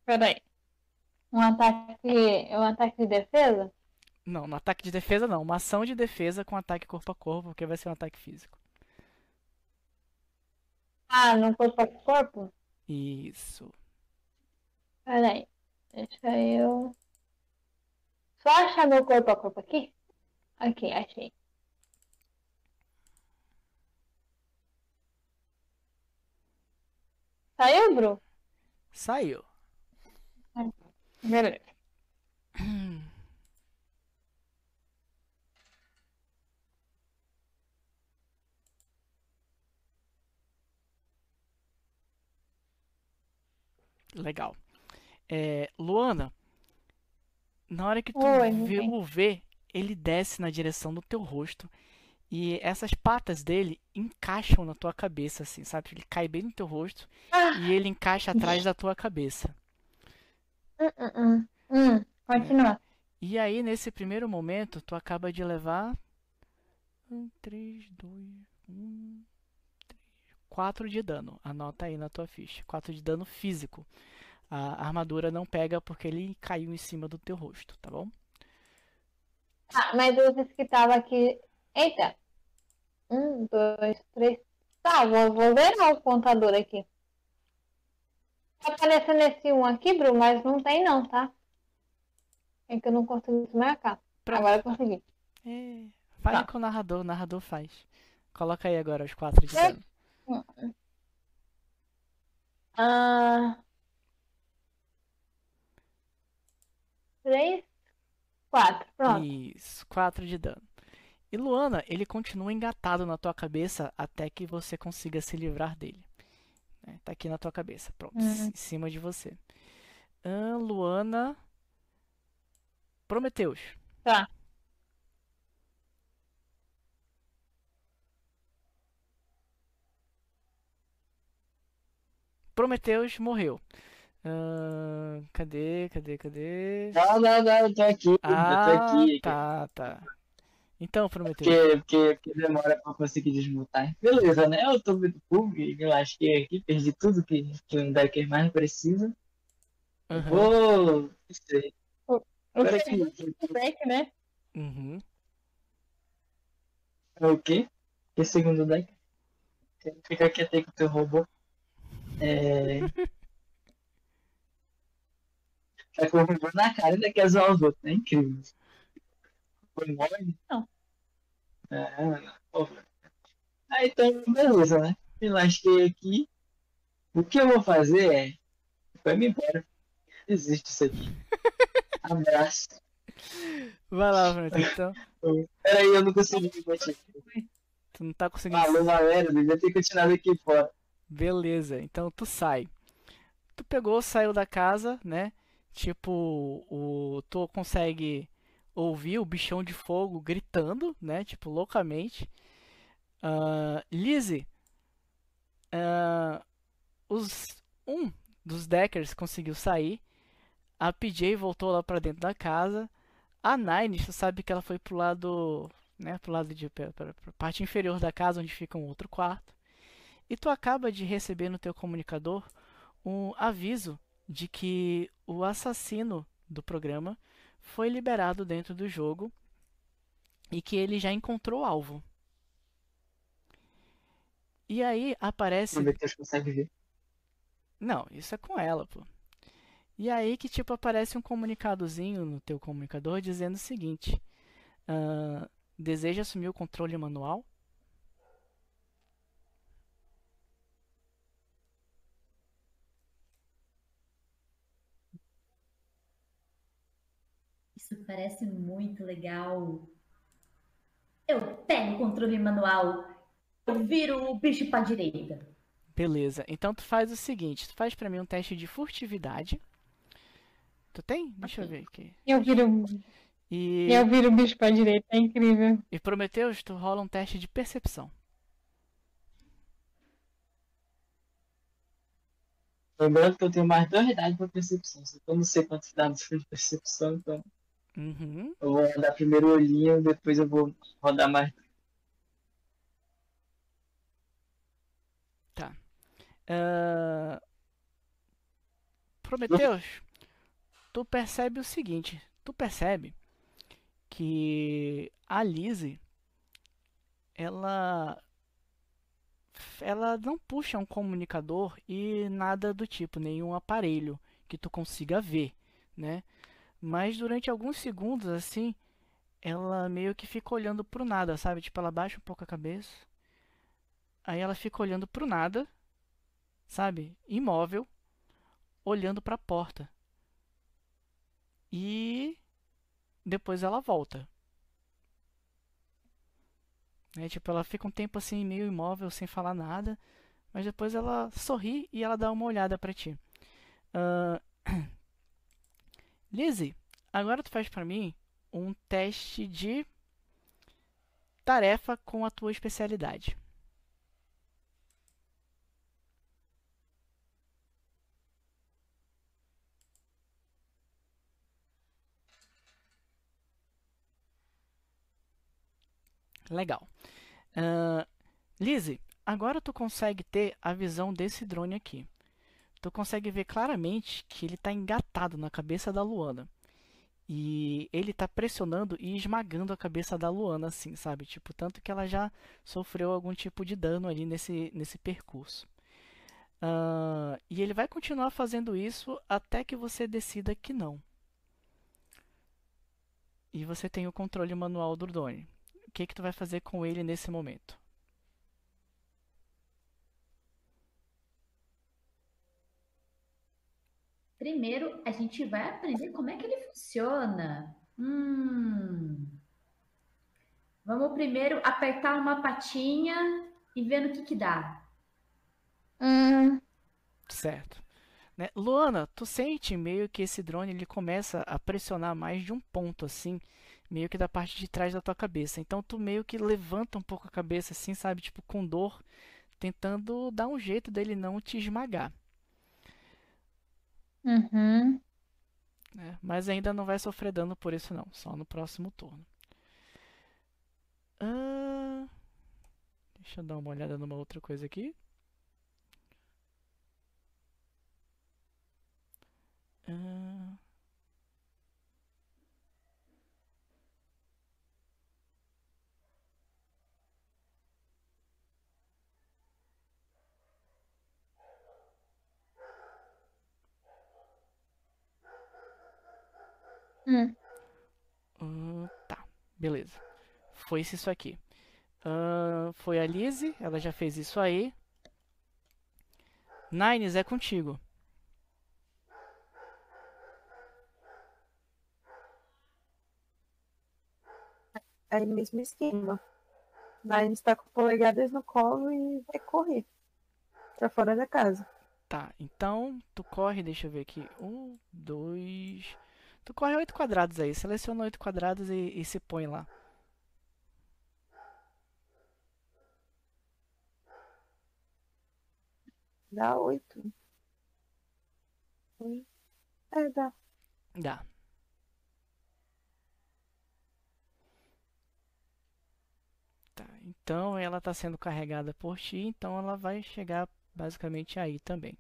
Peraí. Um ataque de defesa? Não, no ataque de defesa não. Uma ação de defesa com ataque corpo a corpo, porque vai ser um ataque físico. Ah, no corpo a corpo? Isso. Peraí. Deixa eu. Só achar meu corpo a corpo aqui? Aqui, achei. Saiu, Bru? Saiu. Beleza. Legal. Luana, na hora que tu Oi, vê ninguém. o V, ele desce na direção do teu rosto e essas patas dele encaixam na tua cabeça, assim, sabe? Ele cai bem no teu rosto e Ah! ele encaixa atrás da tua cabeça, né? Continua. E aí, nesse primeiro momento, tu acaba de levar 3, 2, 1, 4 de dano. Anota aí na tua ficha. 4 de dano físico. A armadura não pega porque ele caiu em cima do teu rosto, tá bom? Ah, mas eu disse que tava aqui. Eita. Um, dois, três. Tá, vou ver o contador aqui. Tá aparecendo esse um aqui, Bru, mas não tem não, tá? É que eu não consigo desmarcar. Agora Pronto. eu consegui. É, fale Pronto. com o narrador faz. Coloca aí agora os 4 de dano. Ah, três, quatro. Pronto. Isso, 4 de dano. E Luana, ele continua engatado na tua cabeça até que você consiga se livrar dele, né? Tá aqui na tua cabeça, pronto, Hum, em cima de você. Luana, Prometeus. tá. Prometeus morreu. Cadê? Não, não, não, eu tô Ah, aqui. tá, tá. Então, Prometeus. Porque demora pra conseguir desmutar. Beleza, né? Eu tô muito bug, me lasquei aqui, perdi tudo que um decker mais precisa. Eu Aham. vou. Não sei. O Agora segundo deck, né? Uhum. é o quê? Que segundo deck? Fica quieto aí com o teu robô. É. Tá com o robô na cara e ainda quer zoar os outros, né? Incrível. Foi mole? Não. Ah, pô. Ah, então, beleza, né? Me lasquei aqui. O que eu vou fazer é. Vai me embora. Existe isso aqui. Abraço. Vai lá, Prometeus. Então, Peraí, eu não consegui me bater. tu não tá conseguindo. Falou, galera, devia ter continuado aqui fora. Beleza, então tu sai. Tu pegou, saiu da casa, né? Tipo, tu consegue ouvir o bichão de fogo gritando, né? Tipo, loucamente. Lizzie, ah, um dos Deckers conseguiu sair. A PJ voltou lá pra dentro da casa. A Nine, tu sabe que ela foi pro lado, né? Pro lado de pra parte inferior da casa, onde fica um outro quarto. E tu acaba de receber no teu comunicador um aviso de que o assassino do programa foi liberado dentro do jogo e que ele já encontrou o alvo. E aí aparece. Vamos ver se consegue ver. Não, isso é com ela, pô. E aí que tipo aparece um comunicadozinho no teu comunicador dizendo o seguinte: deseja assumir o controle manual? Isso parece muito legal. Eu pego o controle manual, eu viro o bicho pra direita. Beleza. Então tu faz o seguinte: tu faz pra mim um teste de furtividade. Tu tem? Deixa eu Ok. ver aqui. Eu viro, eu E, viro o bicho pra direita, é incrível. e Prometheus, tu rola um teste de percepção. Lembrando que eu tenho mais 2 dados para percepção. Só que eu não sei quantos dados foi de percepção, então Uhum. eu vou rodar primeiro o olhinho, depois eu vou rodar mais. Tá. Ah, Prometheus, tu percebe o seguinte. Tu percebe que a Lizzie, ela não puxa um comunicador e nada do tipo, nenhum aparelho que tu consiga ver, né? Mas durante alguns segundos, assim, ela meio que fica olhando pro nada, sabe? Tipo, ela baixa um pouco a cabeça, aí ela fica olhando pro nada, sabe? Imóvel, olhando pra porta. E depois ela volta. Né? Tipo, ela fica um tempo assim, meio imóvel, sem falar nada. Mas depois ela sorri e ela dá uma olhada pra ti. Ah, Lizzie, agora tu faz pra mim um teste de tarefa com a tua especialidade. Legal. Lizzie, agora tu consegue ter a visão desse drone aqui. Tu consegue ver claramente que ele está engatado na cabeça da Luana. E ele está pressionando e esmagando a cabeça da Luana, assim, sabe? Tipo, tanto que ela já sofreu algum tipo de dano ali nesse percurso. E ele vai continuar fazendo isso até que você decida que não. E você tem o controle manual do drone. O que que tu vai fazer com ele nesse momento? Primeiro, a gente vai aprender como é que ele funciona. Vamos primeiro apertar uma patinha e ver no que dá. Certo. Né? Luana, tu sente meio que esse drone ele começa a pressionar mais de um ponto, assim, meio que da parte de trás da tua cabeça. Então tu meio que levanta um pouco a cabeça, assim, sabe? Tipo, com dor, tentando dar um jeito dele não te esmagar. Uhum. Né? Mas ainda não vai sofrer dano por isso, não. Só no próximo turno. Deixa eu dar uma olhada numa outra coisa aqui. Tá, beleza. Foi isso aqui. Foi a Lizzie, ela já fez isso aí. Nines, é contigo. Aí mesmo esquema. Mas está com polegadas no colo e vai correr pra fora da casa. Tá, então tu corre, deixa eu ver aqui. 2. Tu corre 8 quadrados aí. Seleciona 8 quadrados e se põe lá. Dá 8. Dá. Dá. Tá, então ela está sendo carregada por ti, então ela vai chegar basicamente aí também.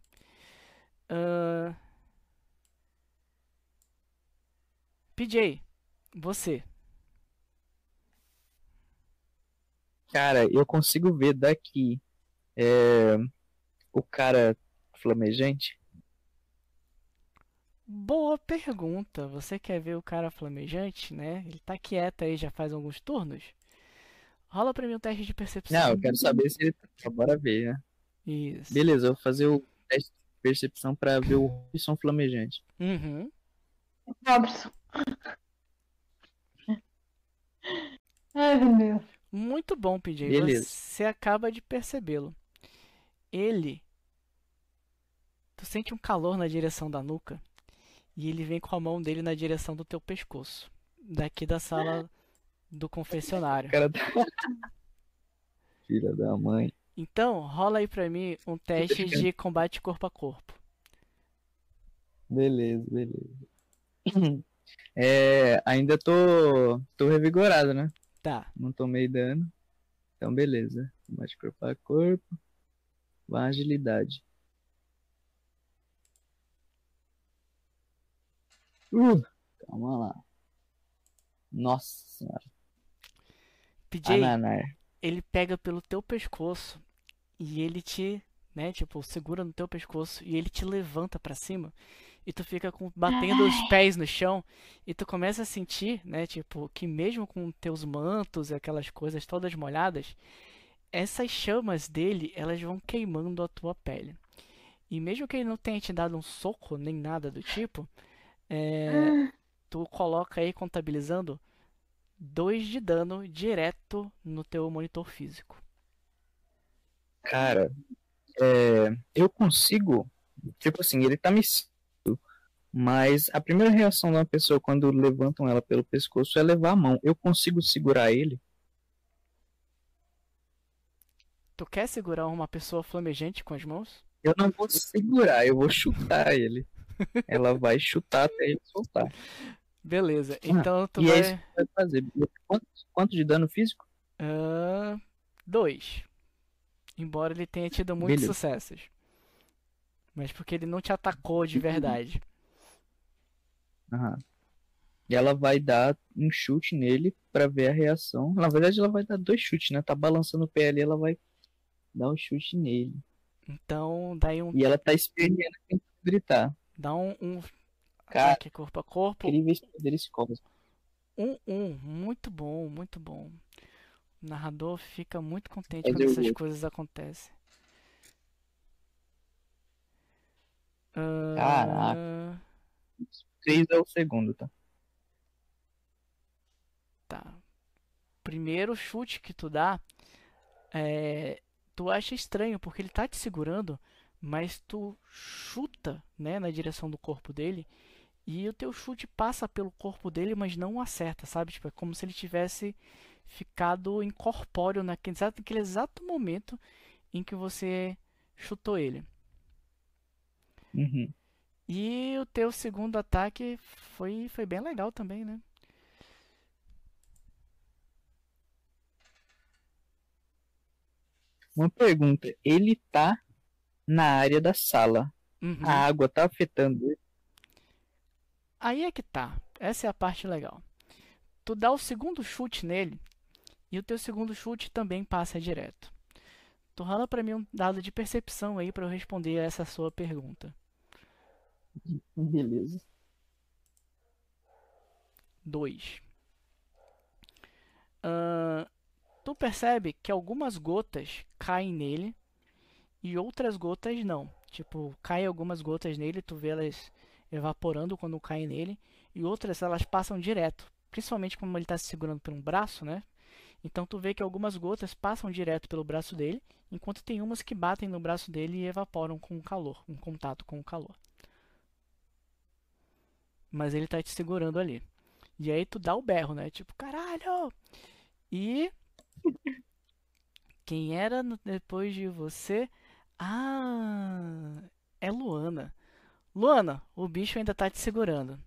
PJ, você. Cara, eu consigo ver daqui o cara flamejante. Boa pergunta. Você quer ver o cara flamejante, né? Ele tá quieto aí já faz alguns turnos. Rola pra mim um teste de percepção. Não, eu quero saber se ele tá. Bora ver, né? Isso. Beleza, eu vou fazer o teste de percepção pra ver o Robson flamejante. Uhum. Robson. Ai, meu Deus. Muito bom, PJ. Beleza. Você acaba de percebê-lo. Ele. Tu sente um calor na direção da nuca. E ele vem com a mão dele na direção do teu pescoço. Daqui da sala do confessionário. O cara tá... Filha da mãe. Então, rola aí pra mim um teste de combate corpo a corpo. Beleza. Ainda tô revigorado, né? Tá. Não tomei dano. Então, beleza. Combate corpo a corpo. Com agilidade. Calma lá. Nossa senhora. PJ, Ananar. ele pega pelo teu pescoço e ele te, né, tipo, segura no teu pescoço e ele te levanta pra cima e tu fica batendo os pés no chão e tu começa a sentir, né, tipo, que mesmo com teus mantos e aquelas coisas todas molhadas, essas chamas dele, elas vão queimando a tua pele. E mesmo que ele não tenha te dado um soco nem nada do tipo, tu coloca aí contabilizando 2 de dano direto no teu monitor físico. Cara, eu consigo. Tipo assim, ele tá me. Mas a primeira reação de uma pessoa quando levantam ela pelo pescoço é levar a mão. Eu consigo segurar ele? Tu quer segurar uma pessoa flamejante com as mãos? Eu não vou segurar, eu vou chutar ele. Ela vai chutar até ele soltar. Beleza, então tu E é isso vai. que vai fazer. Quanto de dano físico? 2. Embora ele tenha tido muitos Beleza. sucessos. Mas porque ele não te atacou de verdade. Aham. E ela vai dar um chute nele pra ver a reação. Na verdade, ela vai dar 2 chutes, né? Tá balançando o pé ali, ela vai dar um chute nele. Então, daí E ela tá esperneando tentando gritar. dá um Cara, ataque corpo a corpo. incríveis poderes cósmicos. 1. Muito bom, muito bom. O narrador fica muito contente Fazer quando o essas outro. coisas acontecem. Caraca. 3 é o segundo, tá? Tá. Primeiro chute que tu dá, tu acha estranho porque ele tá te segurando, mas tu chuta, né, na direção do corpo dele e o teu chute passa pelo corpo dele, mas não acerta, sabe? Tipo, é como se ele tivesse ficado incorpóreo naquele exato momento em que você chutou ele. Uhum. E o teu segundo ataque foi bem legal também, né? Uma pergunta. Ele tá na área da sala. Uhum. A água tá afetando ele? Aí é que tá. Essa é a parte legal. Tu dá o segundo chute nele e o teu segundo chute também passa direto. Tu rola pra mim um dado de percepção aí pra eu responder a essa sua pergunta. Beleza. 2. Tu percebe que algumas gotas caem nele e outras gotas não. Tipo, caem algumas gotas nele, tu vê elas evaporando quando caem nele, e outras elas passam direto. Principalmente como ele está se segurando por um braço, né? Então tu vê que algumas gotas passam direto pelo braço dele, enquanto tem umas que batem no braço dele e evaporam com o calor, em contato com o calor. Mas ele tá te segurando ali. E aí tu dá o berro, né? Tipo, caralho! E quem era depois de você? Ah, é Luana. Luana, o bicho ainda tá te segurando.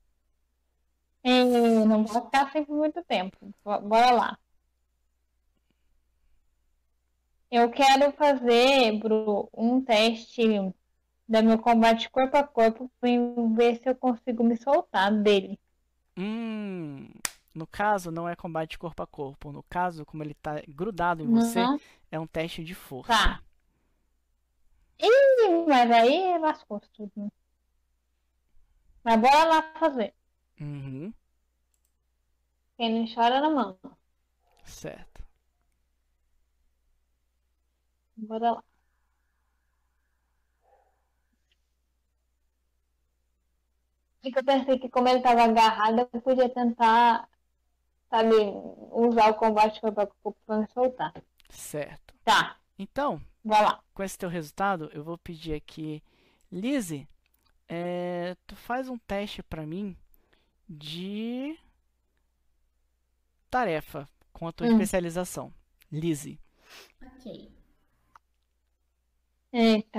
Não vou ficar assim por muito tempo. Bora lá. Eu quero fazer, Bru, um teste do meu combate corpo a corpo pra ver se eu consigo me soltar dele. No caso, não é combate corpo a corpo. No caso, como ele tá grudado em você, Não? é um teste de força. Tá. Ih, mas aí lascou tudo. Né? Mas bora lá fazer. Uhum, Quem não chora na mão. certo. Bora lá. E que eu pensei que como ele tava agarrado, eu podia tentar, sabe, usar o combate corpo a corpo pra me soltar. Certo. Tá, Então, vai lá. com esse teu resultado, eu vou pedir aqui, Lizzie, tu faz um teste pra mim de tarefa com a tua especialização. Lizzie. Ok. Eita.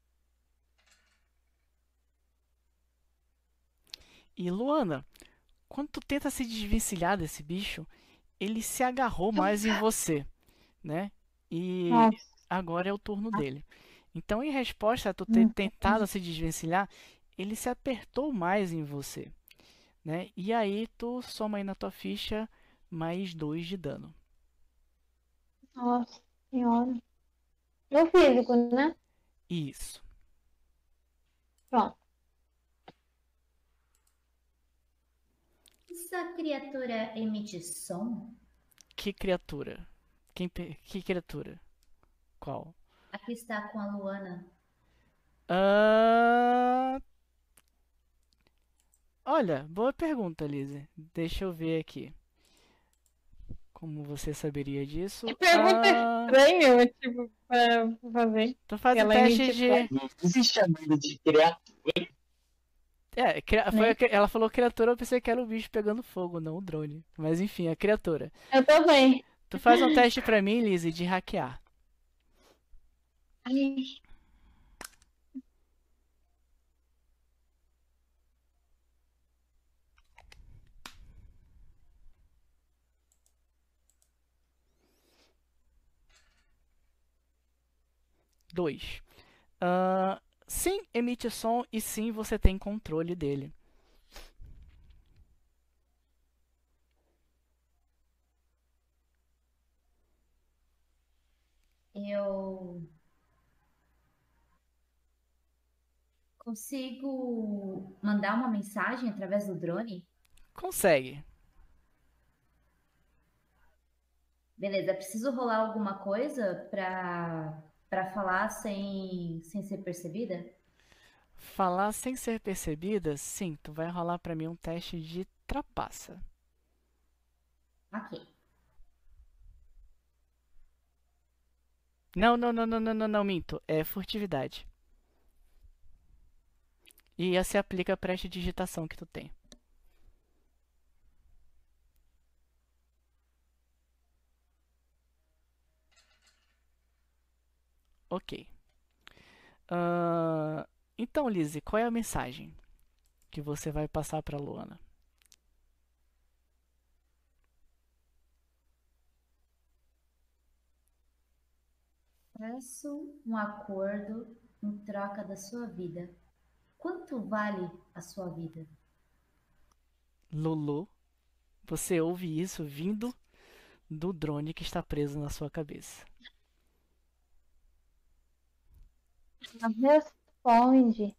E Luana, quando tu tenta se desvencilhar desse bicho, ele se agarrou mais em você, né? E Nossa. agora é o turno dele. Então, em resposta a tu ter tentado se desvencilhar, ele se apertou mais em você, né? E aí tu soma aí na tua ficha mais 2 de dano. Nossa senhora. No físico, né? Isso. Pronto. Essa criatura emite som? Que criatura? Que criatura? Qual? Aqui está com a Luana. Ah, olha, boa pergunta, Lizzie. Deixa eu ver aqui. Como você saberia disso? Que pergunta estranha, tipo, pra fazer. Tu faz um Ela teste emite de. Não existe a vida de criatura. Ela falou criatura, eu pensei que era o bicho pegando fogo, não o drone. Mas enfim, a criatura. Eu também. Tu faz um teste pra mim, Lizzie, de hackear. Ai, 2. Sim, emite som e sim, você tem controle dele. Eu consigo mandar uma mensagem através do drone? Consegue. Beleza, preciso rolar alguma coisa para falar sem ser percebida? Falar sem ser percebida? Sim, tu vai rolar pra mim um teste de trapaça. Ok. Não, minto. É furtividade. E se aplica pra esta digitação que tu tem. Ok. Então, Lizzie, qual é a mensagem que você vai passar pra Luana? Peço um acordo em troca da sua vida. Quanto vale a sua vida? Lulu, você ouve isso vindo do drone que está preso na sua cabeça. ela responde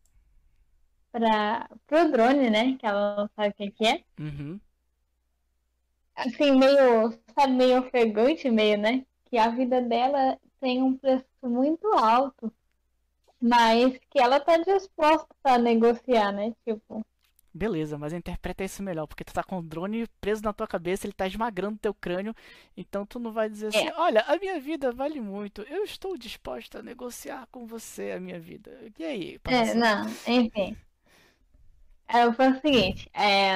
pro drone, né? Que ela não sabe o que é. Uhum. Assim, meio, sabe, meio ofegante, meio, né? Que a vida dela tem um preço muito alto, mas que ela tá disposta a negociar, né? Tipo, Beleza, mas interpreta isso melhor, porque tu tá com o drone preso na tua cabeça, ele tá esmagando teu crânio, então tu não vai dizer assim, olha, a minha vida vale muito, eu estou disposta a negociar com você a minha vida. E aí, parceiro? não, enfim. Eu faço o seguinte,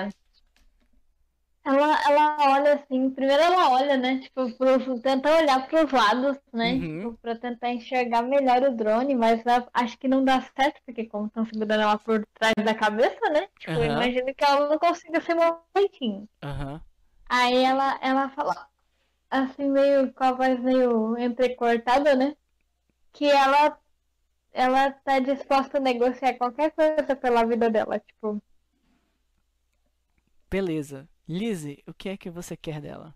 ela olha assim, primeiro ela olha, né? Tipo, tenta olhar pros lados, né? Uhum. Tipo, pra tentar enxergar melhor o drone, mas acho que não dá certo, porque como estão segurando ela por trás da cabeça, né? Tipo, eu Aham. imagino que ela não consiga se mover direitinho. Aham. Aí ela fala, assim, meio com a voz meio entrecortada, né? Que ela tá disposta a negociar qualquer coisa pela vida dela, tipo. Beleza. Lizzie, o que é que você quer dela?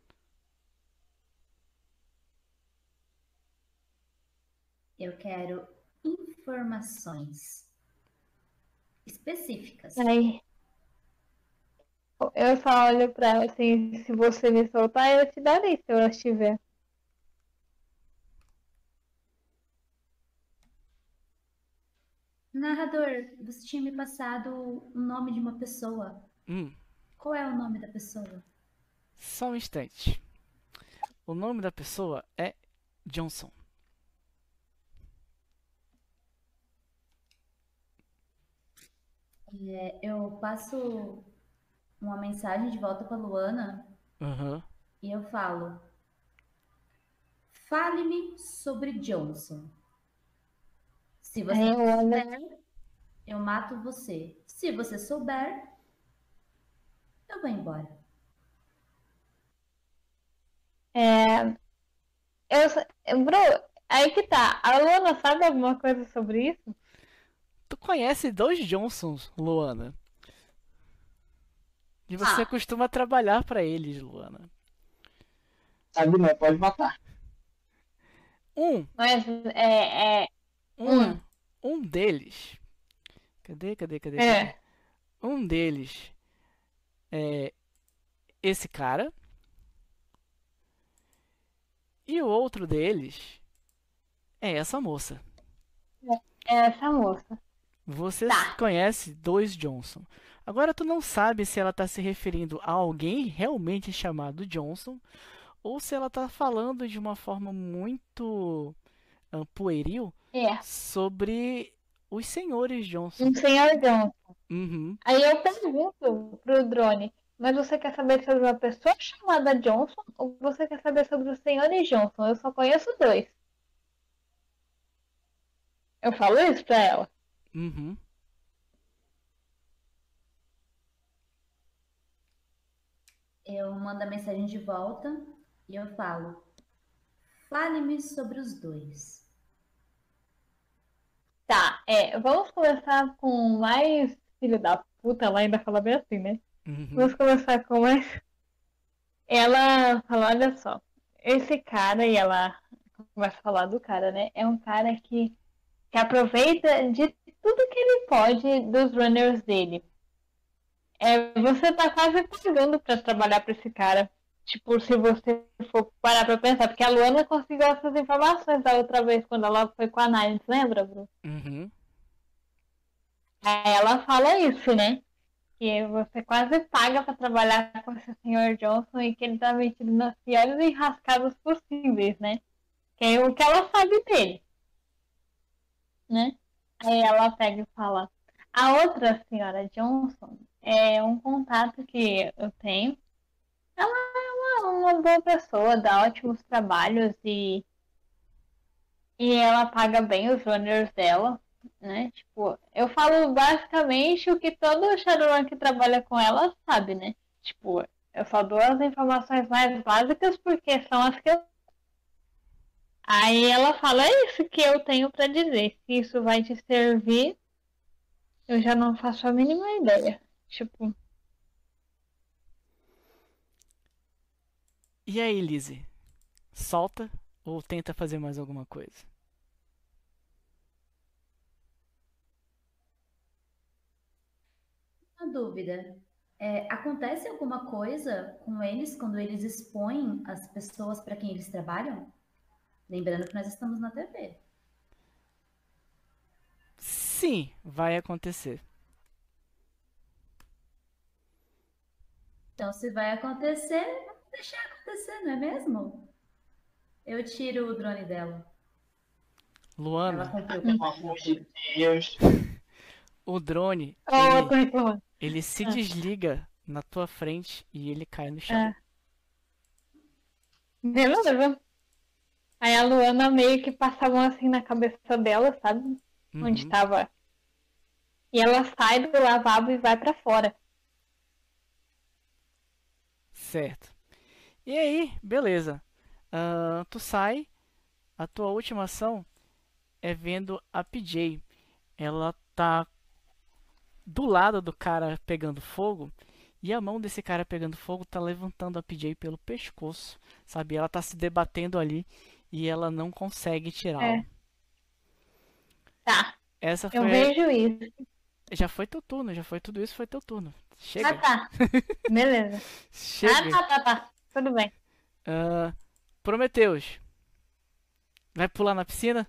Eu quero informações específicas. Aí eu só olho pra ela assim, se você me soltar, eu te darei se eu as tiver. Narrador, você tinha me passado o nome de uma pessoa. Hum, Qual é o nome da pessoa? só um instante. O nome da pessoa é Johnson. Eu passo uma mensagem de volta para Luana Aham. e eu falo: fale-me sobre Johnson. Se você Aí eu não olho, souber, eu mato você. Se você souber, eu vou embora. Bro, aí que tá. A Luana sabe alguma coisa sobre isso? Tu conhece dois Johnsons, Luana. E você Ah. costuma trabalhar pra eles, Luana. Sabe, não, pode matar. Mas Um deles. Cadê? Um deles é esse cara. E o outro deles é essa moça. é essa moça. Você Tá. conhece dois Johnson. Agora tu não sabe se ela tá se referindo a alguém realmente chamado Johnson ou se ela tá falando de uma forma muito pueril É, sobre os senhores Johnson. um senhor Johnson. Uhum. Aí eu pergunto pro drone, mas você quer saber sobre uma pessoa chamada Johnson ou você quer saber sobre os senhores Johnson? Eu só conheço dois. Eu falo isso pra ela. Uhum. Eu mando a mensagem de volta e eu falo: fale-me sobre os dois. Tá, vamos começar com o mais filho da puta, ela ainda fala bem assim, né? Uhum. Vamos começar com o mais. Ela fala, olha só, esse cara, e ela começa a falar do cara, né? É um cara que aproveita de tudo que ele pode dos runners dele. Você tá quase pagando pra trabalhar pra esse cara. Tipo, se você for parar pra pensar, porque a Luana conseguiu essas informações da outra vez, quando ela foi com a Nine, lembra, Bru? Uhum. Aí ela fala isso, né? Que você quase paga pra trabalhar com esse senhor Johnson e que ele tá metido nas piores enrascadas possíveis, né? Que é o que ela sabe dele, né? Aí ela pega e fala, a outra senhora Johnson é um contato que eu tenho. Ela é uma boa pessoa, dá ótimos trabalhos e ela paga bem os runners dela, né? Tipo, eu falo basicamente o que todo Shadowrun que trabalha com ela sabe, né? Tipo, eu só dou as informações mais básicas porque são as que eu... Aí ela fala, é isso que eu tenho pra dizer. Se isso vai te servir, eu já não faço a mínima ideia. Tipo... E aí, Lizzie? Solta ou tenta fazer mais alguma coisa? Uma dúvida. Acontece alguma coisa com eles quando eles expõem as pessoas para quem eles trabalham? Lembrando que nós estamos na TV. Sim, vai acontecer. Então, se vai acontecer, vamos deixar acontecer, não é mesmo? Eu tiro o drone dela. Ela Luana, cumpriu. Pelo amor de Deus. o drone, Oh, tô reclamando. ele se desliga na tua frente e ele cai no chão. É. Beleza. Aí a Luana meio que passavam assim na cabeça dela, sabe? Onde Uhum. tava. E ela sai do lavabo e vai pra fora. Certo. E aí, beleza. Tu sai. A tua última ação é vendo a PJ. Ela tá do lado do cara pegando fogo. E a mão desse cara pegando fogo tá levantando a PJ pelo pescoço. Sabe? Ela tá se debatendo ali. E ela não consegue tirá-lo. Tá, Essa eu foi. vejo isso. Já foi teu turno. Já foi tudo isso. Foi teu turno. Chega. Ah, tá. Beleza. Chega. Tá. Tudo bem. Prometeus. Vai pular na piscina?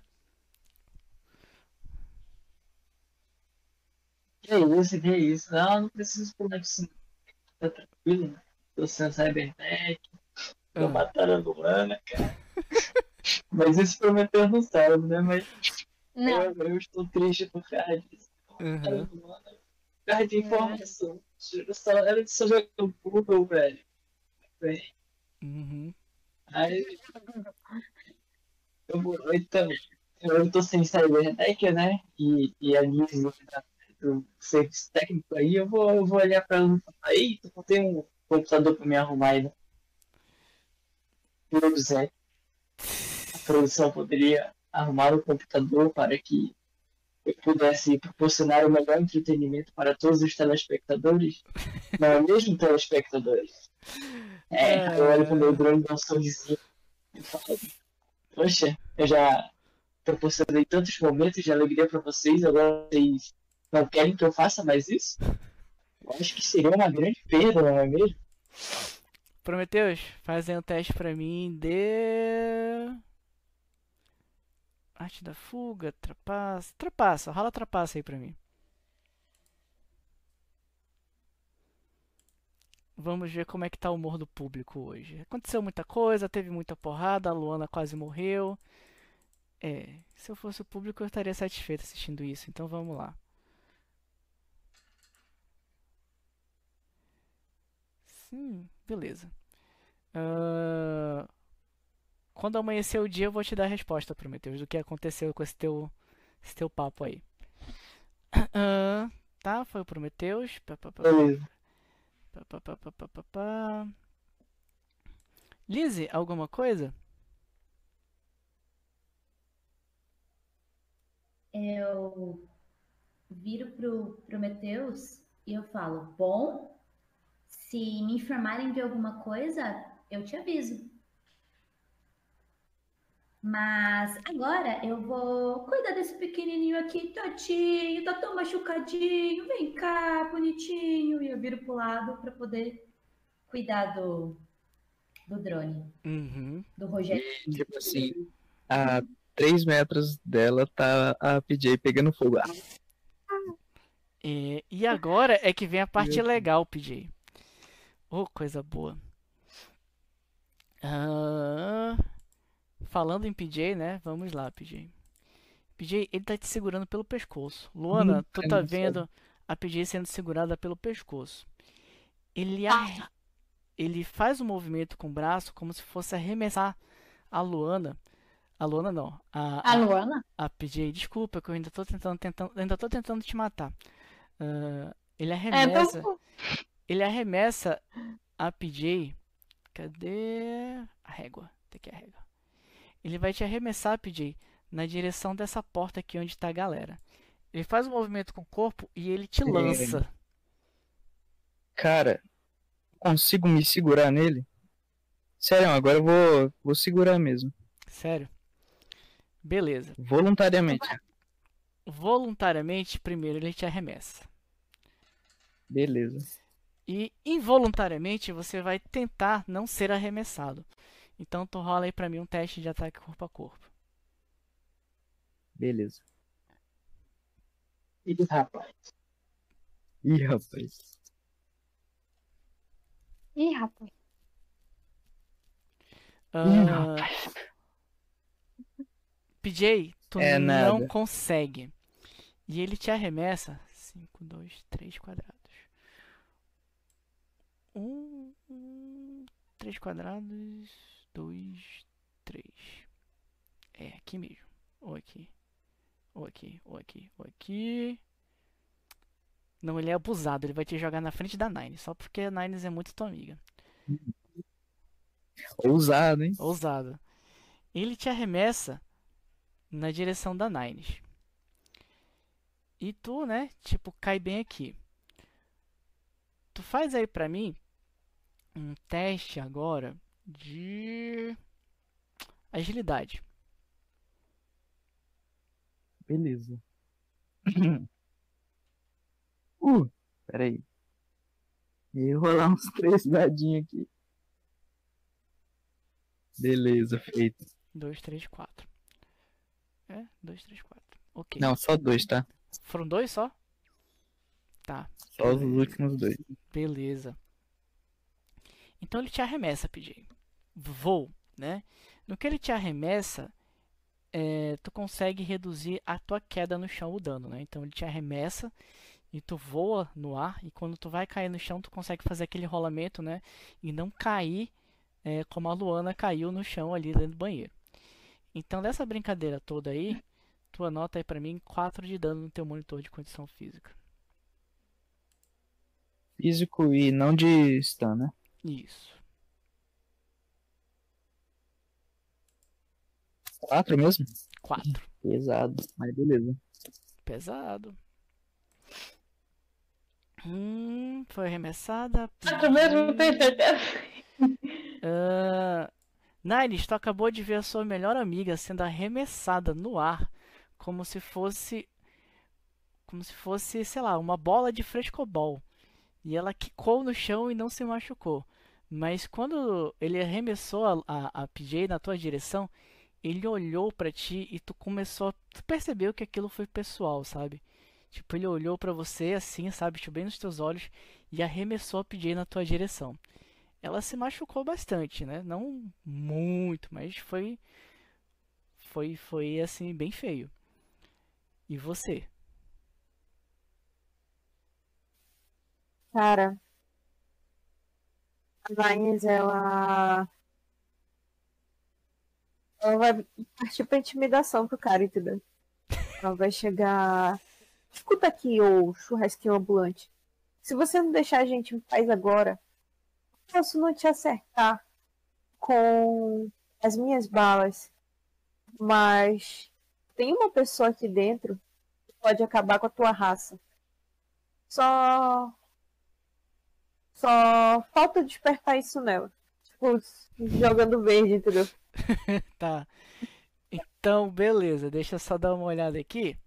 Que isso? Não preciso pular assim. Tá tranquilo, né? Tô sendo Cybertech. Tô matando a Luana, cara. Mas isso Prometeu não sabe, né? Mas Não. eu estou triste por causa disso. Uhum. Por causa de informação. Era de só jogar no Google, velho. Uhum. Aí. Eu tô sem Cybertech, né? E a Liz pro serviço técnico aí, eu vou olhar pra ela e falar, eita, não tem um computador pra me arrumar aí, não. Pois é, a produção poderia arrumar um computador para que eu pudesse proporcionar o melhor entretenimento para todos os telespectadores, não é mesmo, telespectadores? Aí eu olho pro meu drone e dou um sorrisinho e falo, poxa, eu já proporcionei tantos momentos de alegria para vocês, agora vocês não querem que eu faça mais isso? Eu acho que seria uma grande perda, não é mesmo? Prometheus, fazem um teste pra mim de... Arte da fuga, trapaça. Trapaça, rola trapaça aí pra mim. Vamos ver como é que tá o humor do público hoje. Aconteceu muita coisa, teve muita porrada, a Luana quase morreu. Se eu fosse o público eu estaria satisfeito assistindo isso, então vamos lá. Sim, beleza. Quando amanhecer o dia eu vou te dar a resposta, Prometheus, do que aconteceu com esse teu papo aí. Tá, foi o Prometheus. Beleza. Lizzie, alguma coisa? Eu viro pro Prometheus e eu falo, bom, se me informarem de alguma coisa, eu te aviso. Mas agora eu vou cuidar desse pequenininho aqui, tadinho, tá tão machucadinho, vem cá, bonitinho. E eu viro pro lado para poder cuidar do drone, Uhum. do Rogério. Tipo assim, a 3 metros dela tá a PJ pegando fogo. E agora é que vem a parte legal, PJ. Oh, coisa boa. Falando em PJ, né? Vamos lá, PJ. PJ, ele tá te segurando pelo pescoço. Luana, tu tá vendo a PJ sendo segurada pelo pescoço. Ele faz um movimento com o braço como se fosse arremessar a Luana. A Luana não. A Luana? A PJ, desculpa que eu ainda tô tentando te matar. Ele arremessa. Ele arremessa a PJ. Cadê a régua? Tem aqui a régua. Ele vai te arremessar, PJ, na direção dessa porta aqui onde tá a galera. Ele faz um movimento com o corpo e ele te lança. Cara, consigo me segurar nele? Sério, agora eu vou segurar mesmo. Sério? Beleza. Voluntariamente. Voluntariamente, primeiro ele te arremessa. Beleza. E involuntariamente você vai tentar não ser arremessado. Então tu rola aí pra mim um teste de ataque corpo a corpo. Beleza. E rapaz. Ih, rapaz. Ih, rapaz. PJ, tu É não nada. consegue. E ele te arremessa 5, 2, 3 quadrados. 3 quadrados, 2, 3. É aqui mesmo. Ou aqui. Ou aqui, ou aqui, ou aqui. Não, ele é abusado. Ele vai te jogar na frente da Nine. Só porque a Nine é muito tua amiga. Ousado, hein? Ousado. Ele te arremessa na direção da Nine. E tu, né? Tipo, cai bem aqui. Tu faz aí pra mim um teste agora de agilidade. Beleza. Peraí. Eu vou rolar uns 3 dadinhos aqui. Beleza, feito. 2, 3, 4. 2, 3, 4. Ok. Não, só 2, tá? Foram 2 só? Tá. Só os últimos 2. Beleza. Então ele te arremessa, PJ. Voo, né? No que ele te arremessa, tu consegue reduzir a tua queda no chão, o dano, né? Então ele te arremessa e tu voa no ar. E quando tu vai cair no chão, tu consegue fazer aquele rolamento, né? E não cair como a Luana caiu no chão ali dentro do banheiro. Então dessa brincadeira toda aí, tu anota aí pra mim 4 de dano no teu monitor de condição física. Físico e não de stun, né? Isso. 4 mesmo? 4. Pesado, mas beleza. Pesado. Foi arremessada. Quatro mesmo, tem certeza? Nines, tu acabou de ver a sua melhor amiga sendo arremessada no ar como se fosse, sei lá, uma bola de frescobol. E ela quicou no chão e não se machucou. Mas quando ele arremessou a PJ na tua direção, ele olhou pra ti e tu percebeu que aquilo foi pessoal, sabe? Tipo, ele olhou pra você assim, sabe, tipo, bem nos teus olhos e arremessou a PJ na tua direção. Ela se machucou bastante, né? Não muito, mas foi assim bem feio. E você? Cara, a Vines, ela vai partir pra intimidação pro cara, entendeu? Ela vai chegar. Escuta aqui, ô churrasquinho ambulante. Se você não deixar a gente em paz agora, eu posso não te acertar com as minhas balas. Mas tem uma pessoa aqui dentro que pode acabar com a tua raça. Só falta despertar isso nela. Tipo, jogando verde, entendeu? Tá. Então, beleza. Deixa eu só dar uma olhada aqui.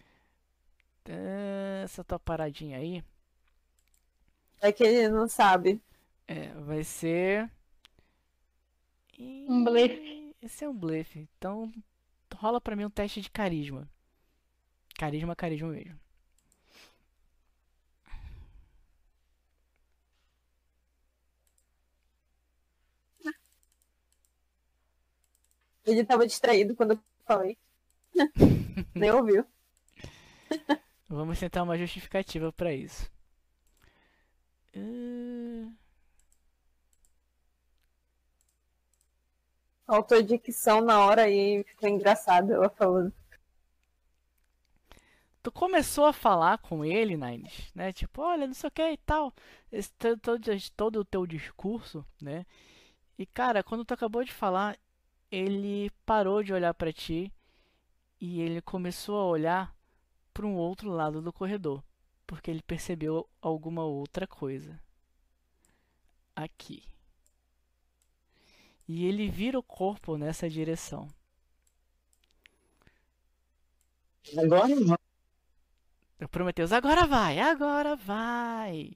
Essa tua paradinha aí. É que ele não sabe. Vai ser. Um blefe. Esse é um blefe. Então, rola pra mim um teste de carisma. Carisma mesmo. Ele tava distraído quando eu falei. Nem ouviu. Vamos tentar uma justificativa pra isso. Faltou dicção na hora e ficou engraçado ela falando. Tu começou a falar com ele, Nines, né? Tipo, olha, não sei o que e tal. Todo o teu discurso, né? E, cara, quando tu acabou de falar, ele parou de olhar pra ti e ele começou a olhar para um outro lado do corredor, porque ele percebeu alguma outra coisa. Aqui. E ele vira o corpo nessa direção. Agora não. Eu Prometheus, agora vai, agora vai.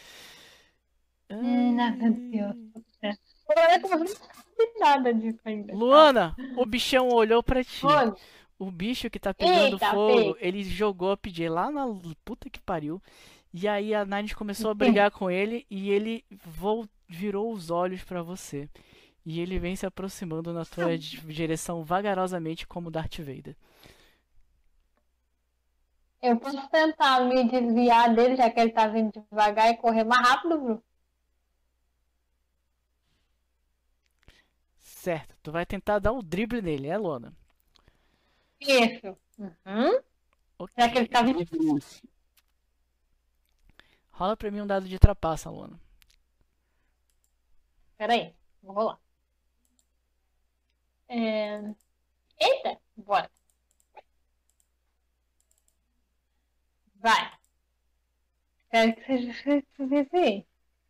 Não, meu Deus. Eu não sei nada disso ainda. Luana, o bichão olhou pra ti. Olha, O bicho que tá pegando Eita, fogo, feio. ele jogou a PJ lá na puta que pariu. E aí a Nines começou a brigar com ele e ele virou os olhos pra você. E ele vem se aproximando na tua direção vagarosamente como Darth Vader. eu posso tentar me desviar dele, já que ele tá vindo devagar e correr mais rápido, Bru? Certo, tu vai tentar dar um drible nele, Luana? Isso. Uhum. Ok. Já que ele tá vindo. Rola pra mim um dado de trapaça, Luana. Pera aí, vou rolar. Eita, bora. Vai. Espero que seja suficiente.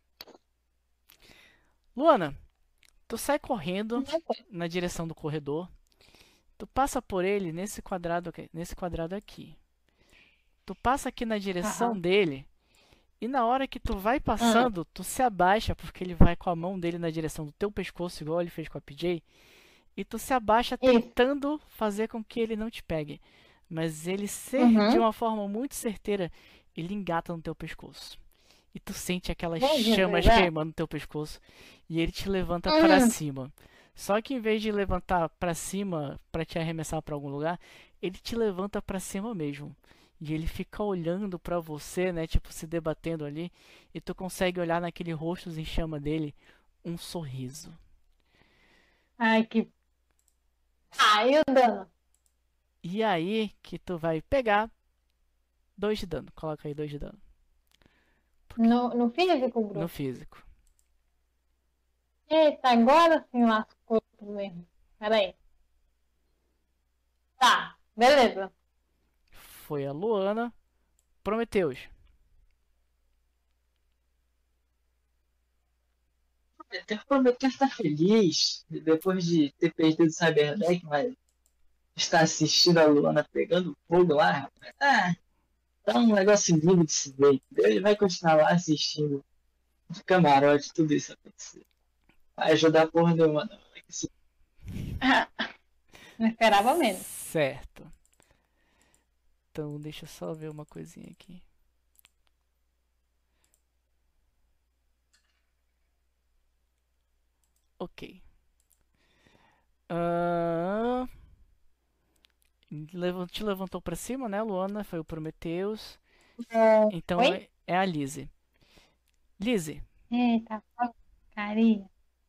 Luana, tu sai correndo na direção do corredor. Tu passa por ele nesse quadrado aqui. Tu passa aqui na direção dele. E na hora que tu vai passando, tu se abaixa, porque ele vai com a mão dele na direção do teu pescoço, igual ele fez com a PJ. E tu se abaixa tentando fazer com que ele não te pegue. Mas ele, de uma forma muito certeira, ele engata no teu pescoço. E tu sente aquelas chamas queimando no teu pescoço. E ele te levanta pra cima. Só que em vez de levantar pra cima pra te arremessar pra algum lugar, ele te levanta pra cima mesmo. E ele fica olhando pra você, né? Tipo, se debatendo ali. E tu consegue olhar naquele rosto em chama dele um sorriso. Ai, que. Ai, o dano. E aí que tu vai pegar 2 de dano. Coloca aí 2 de dano. No físico, no Bruno? físico. Eita, agora sim lascou tudo mesmo. Peraí. Tá, beleza. Foi a Luana. Prometeus. Prometeu estar feliz depois de ter perdido o Cyberdeck, mas está assistindo a Luana pegando fogo lá, rapaz. Ah, tá um negócio lindo de se ver. Ele vai continuar lá assistindo de camarote, tudo isso acontecer. Vai ajudar a porra nenhuma, não. Não esperava menos. Certo. Então, deixa eu só ver uma coisinha aqui. Ok. Ah, te levantou pra cima, né, Luana? Foi o Prometheus. Então Oi? é a Lizzie. Lizzie, Eita, carinha.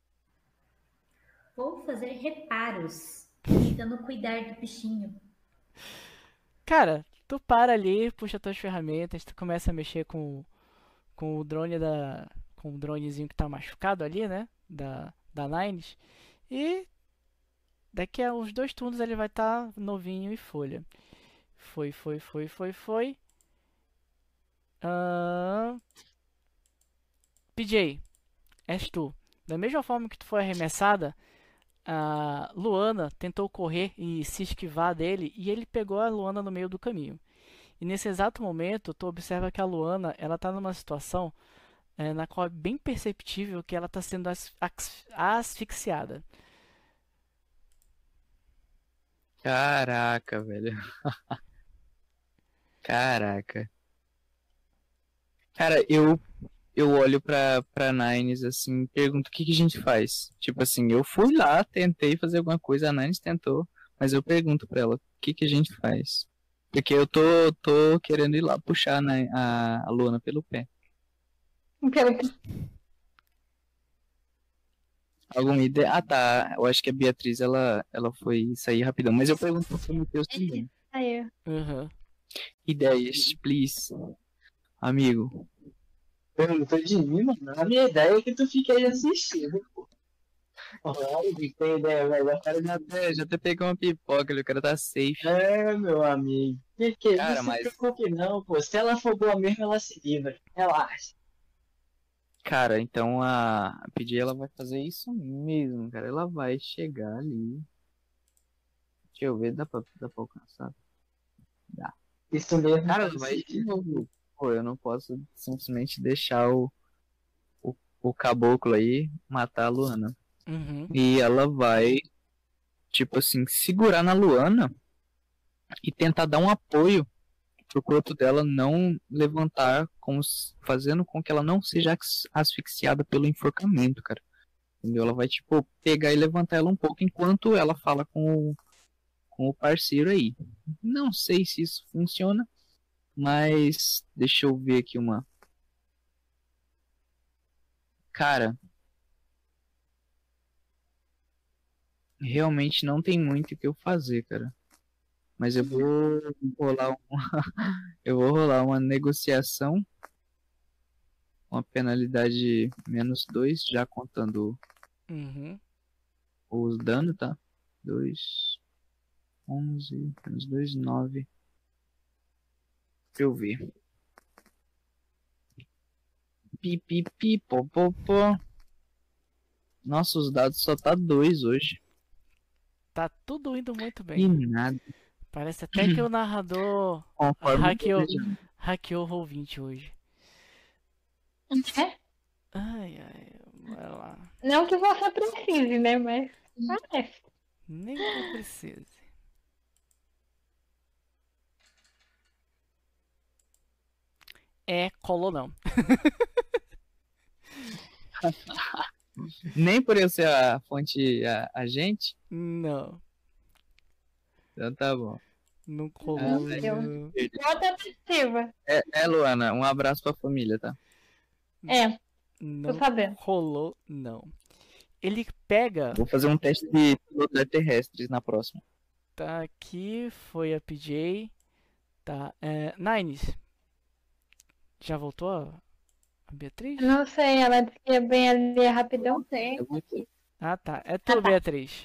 Vou fazer reparos, tentando cuidar do bichinho. cara, tu para ali, puxa tuas ferramentas, tu começa a mexer com o drone com o dronezinho que tá machucado ali, né? Da Nines. E daqui a uns 2 turnos ele vai estar novinho e folha. Foi. Ah, PJ, és tu. Da mesma forma que tu foi arremessada, a Luana tentou correr e se esquivar dele e ele pegou a Luana no meio do caminho. E nesse exato momento, tu observa que a Luana, ela tá numa situação na qual é bem perceptível que ela está sendo asfixiada. Caraca, velho. Caraca. Cara, eu olho pra Nines assim, pergunto o que que a gente faz. Tipo assim, eu fui lá, tentei fazer alguma coisa, a Nines tentou, mas eu pergunto pra ela o que que a gente faz. Porque eu tô querendo ir lá puxar a Luana pelo pé. Alguma ideia? Ah, tá. Eu acho que a Beatriz, ela foi sair rapidão. Mas eu pergunto pro Prometheus também. Aí, Uhum. Ideias, Please. Amigo. perguntou de mim, mano. A minha ideia é que tu fique aí assistindo, pô. Claro que tem ideia melhor. Cara, Já até pegou uma pipoca ali, o cara tá safe. é, meu amigo. Que Cara, não se mas- preocupe não, pô. Se ela for boa mesmo, ela se livra. Relaxa. Cara, então a PJ ela vai fazer isso mesmo, cara. Ela vai chegar ali. Deixa eu ver, dá pra alcançar. Isso mesmo. Cara, ela vai de novo. Pô, eu não posso simplesmente deixar o caboclo aí matar a Luana. Uhum. E ela vai, tipo assim, segurar na Luana e tentar dar um apoio pro corpo dela não levantar, fazendo com que ela não seja asfixiada pelo enforcamento, cara. Entendeu? Ela vai, tipo, pegar e levantar ela um pouco enquanto ela fala com o parceiro aí. Não sei se isso funciona, mas deixa eu ver aqui uma. Cara, realmente não tem muito o que eu fazer, cara. Mas eu vou rolar eu vou rolar uma negociação, uma penalidade -2, já contando Uhum. os danos, tá? 2, 11, -2, 9. Deixa eu ver. Pi, pó. Nossa, os dados só tá 2 hoje. Tá tudo indo muito E bem. nada. Parece até que o narrador Conforme hackeou o Roll20 hoje. É? Ai, vai lá. Não que você precise, né? Mas parece. Nem que eu precise. Colou não. Nem por eu ser a fonte agente. Não, Então tá bom. não colou Eu- não. Boa tentativa. Luana, um abraço pra família, tá? É, tô Não sabendo. rolou não. Ele pega, Vou fazer um teste de pilotar terrestres na próxima. tá aqui, foi a PJ, tá, Nines, já voltou? A Beatriz? Não sei, ela disse que é bem ali rapidão. Não tem. Eu vou aqui. Ah, tá. É tu, Beatriz.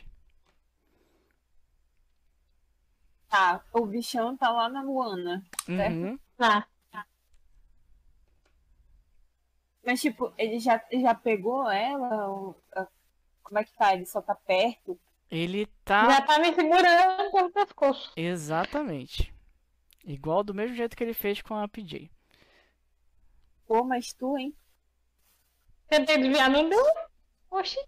Tá, o bichão tá lá na Luana. Uhum. Tá. Mas, tipo, ele já pegou ela? Como é que tá? Ele só tá perto? Ele tá. Já tá me segurando pelo pescoço. Exatamente. Igual do mesmo jeito que ele fez com a PJ. Pô, mas tu, hein? Tentei desviar, não deu. Oxi.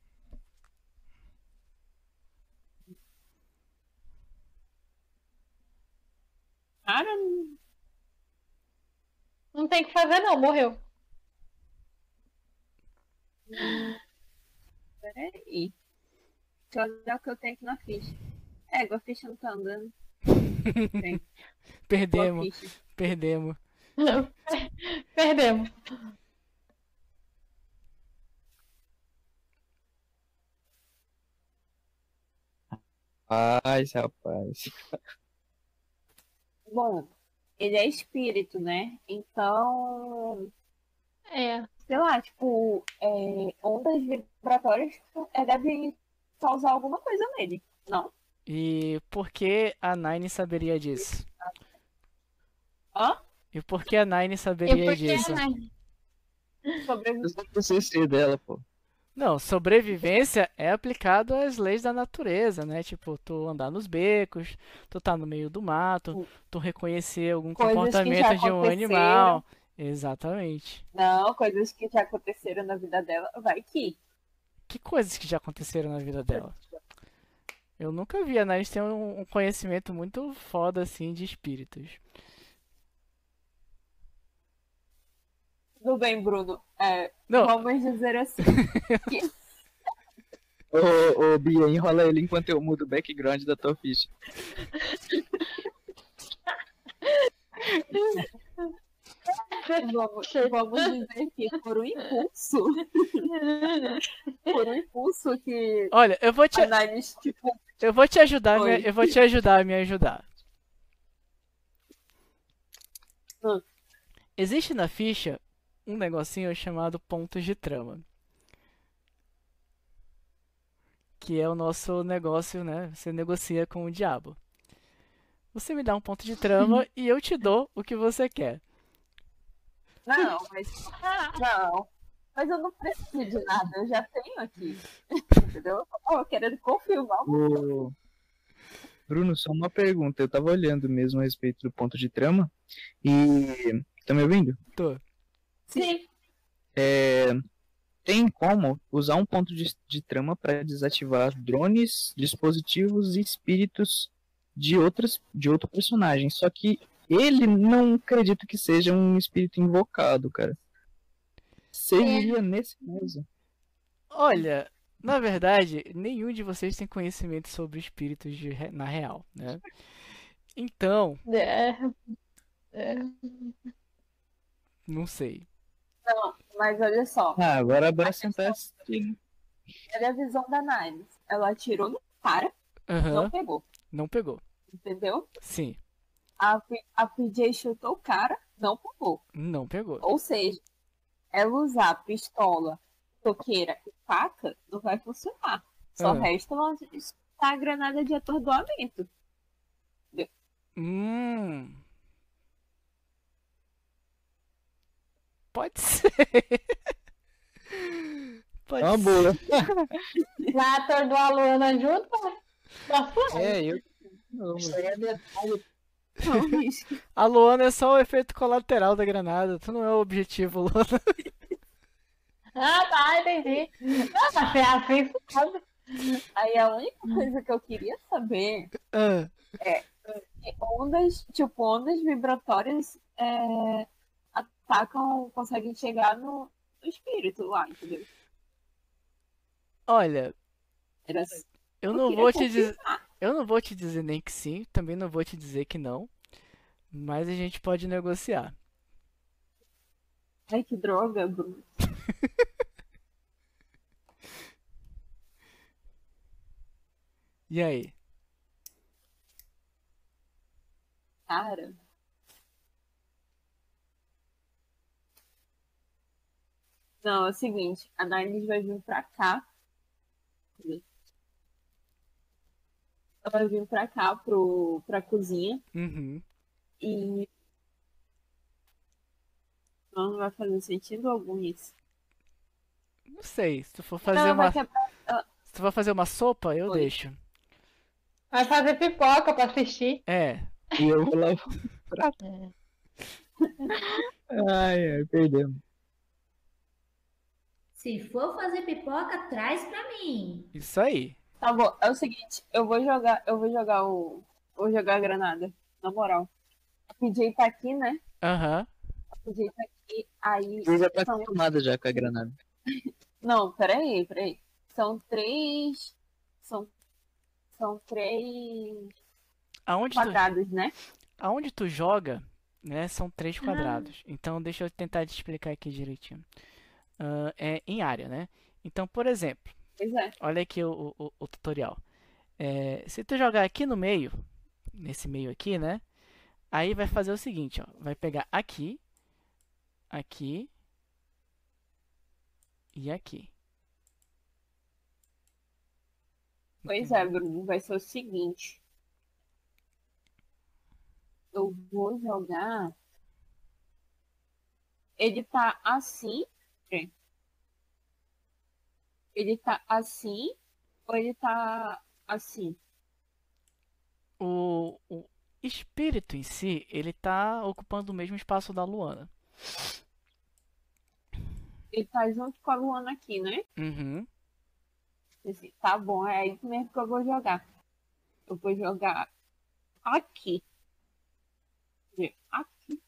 Cara, Não tem o que fazer, não. Morreu. peraí. Deixa eu olhar o que eu tenho aqui na ficha. A ficha não tá andando. Tem. Boa Perdemos, ficha. perdemos. Perdemos. Rapaz. Bom, ele é espírito, né? Então, É. sei lá, tipo, ondas vibratórias devem causar alguma coisa nele. Não? E por que a Nine saberia disso? Hã? E por que a Nine E saberia por que, disso? né? Sobre Eu sou o CC dela, pô. Não, sobrevivência é aplicado às leis da natureza, né? Tipo, tu andar nos becos, tu tá no meio do mato, tu reconhecer algum Coisas que já comportamento de um aconteceram. animal. Exatamente. Não, coisas que já aconteceram na vida dela. Vai que. Que coisas que já aconteceram na vida dela? Eu nunca vi a Nine ter um conhecimento muito foda assim de espíritos. Tudo bem, Bruno. Não, Vamos dizer assim. Ô, Bia, enrola ele enquanto eu mudo o background da tua ficha. Vamos dizer que por um impulso. Por um impulso que olha, eu vou te, a Nanis, tipo, eu vou te ajudar, Oi. eu vou te ajudar a me ajudar. Hum. Existe na ficha um negocinho chamado pontos de trama. Que é o nosso negócio, né? Você negocia com o diabo. Você me dá um ponto de trama e eu te dou o que você quer. Não, mas eu não preciso de nada, eu já tenho aqui. Entendeu? Eu querendo confirmar. Ô, Bruno, só uma pergunta. Eu tava olhando mesmo a respeito do ponto de trama. E. Tá me ouvindo? Tô. Sim. Tem como usar um ponto de trama para desativar drones, dispositivos e espíritos de outro personagem. Só que ele não acredito que seja um espírito invocado, cara. Seria nesse caso. Olha, na verdade, nenhum de vocês tem conhecimento sobre espíritos na real, né? Então, não sei. Não, mas olha só. Ah, agora bora sentar assim. Olha a visão da Nanis. Ela atirou no cara, não Aham, pegou. não pegou. Entendeu? Sim, A PJ chutou o cara, não pegou. não pegou. Ou seja, ela usar pistola, toqueira e faca não vai funcionar. Só Ah. resta ela escutar a granada de atordoamento. Pode ser. Pode É uma ser. boa. Vai atordoar a Luana junto, tá suave. Eu. Não, Isso aí é detalhe. Não, bicho. A Luana é só o efeito colateral da granada. Tu não é o objetivo, Luana. Ah, tá, entendi. Ah, mas é assim, sabe? Aí a única coisa que eu queria saber Ah, é ondas vibratórias atacam, conseguem chegar no espírito lá, entendeu? olha, Era eu eu não queria vou te dizer. confirmar. Eu não vou te dizer nem que sim, também não vou te dizer que não. Mas a gente pode negociar. Ai, que droga, Bruno. E aí? Cara. Não, é o seguinte, a Naines vai vir pra cá. Ela vai vir pra cá, pra cozinha. Uhum. E não vai fazer sentido algum isso. Não sei, se tu for Não, fazer ela vai uma, quebrar. se tu for fazer uma sopa, eu Oi. deixo. Vai fazer pipoca pra assistir. É, E eu vou lá. Ai, perdemos. Se for fazer pipoca, traz pra mim. isso aí. Tá bom, é o seguinte, vou jogar a granada, na moral. A PJ tá aqui, né? Aham. A PJ tá aqui, aí. Você já tá são- acostumada já com a granada. Não, peraí. São três. São três Aonde tu, quadrados, né? aonde tu joga, né, são 3 quadrados. Então, deixa eu tentar te explicar aqui direitinho. É em área, né? Então, por exemplo, Pois é. olha aqui o tutorial. Se tu jogar aqui no meio, nesse meio aqui, né? Aí vai fazer o seguinte, ó. Vai pegar aqui, aqui e aqui. Pois é, Bruno, vai ser o seguinte. Eu vou jogar. Ele tá assim. É. Ele tá assim ou ele tá assim? O espírito em si, ele tá ocupando o mesmo espaço da Luana. Ele tá junto com a Luana aqui, né? Uhum. Assim, tá bom, é aí mesmo que eu vou jogar. Eu vou jogar aqui. Aqui.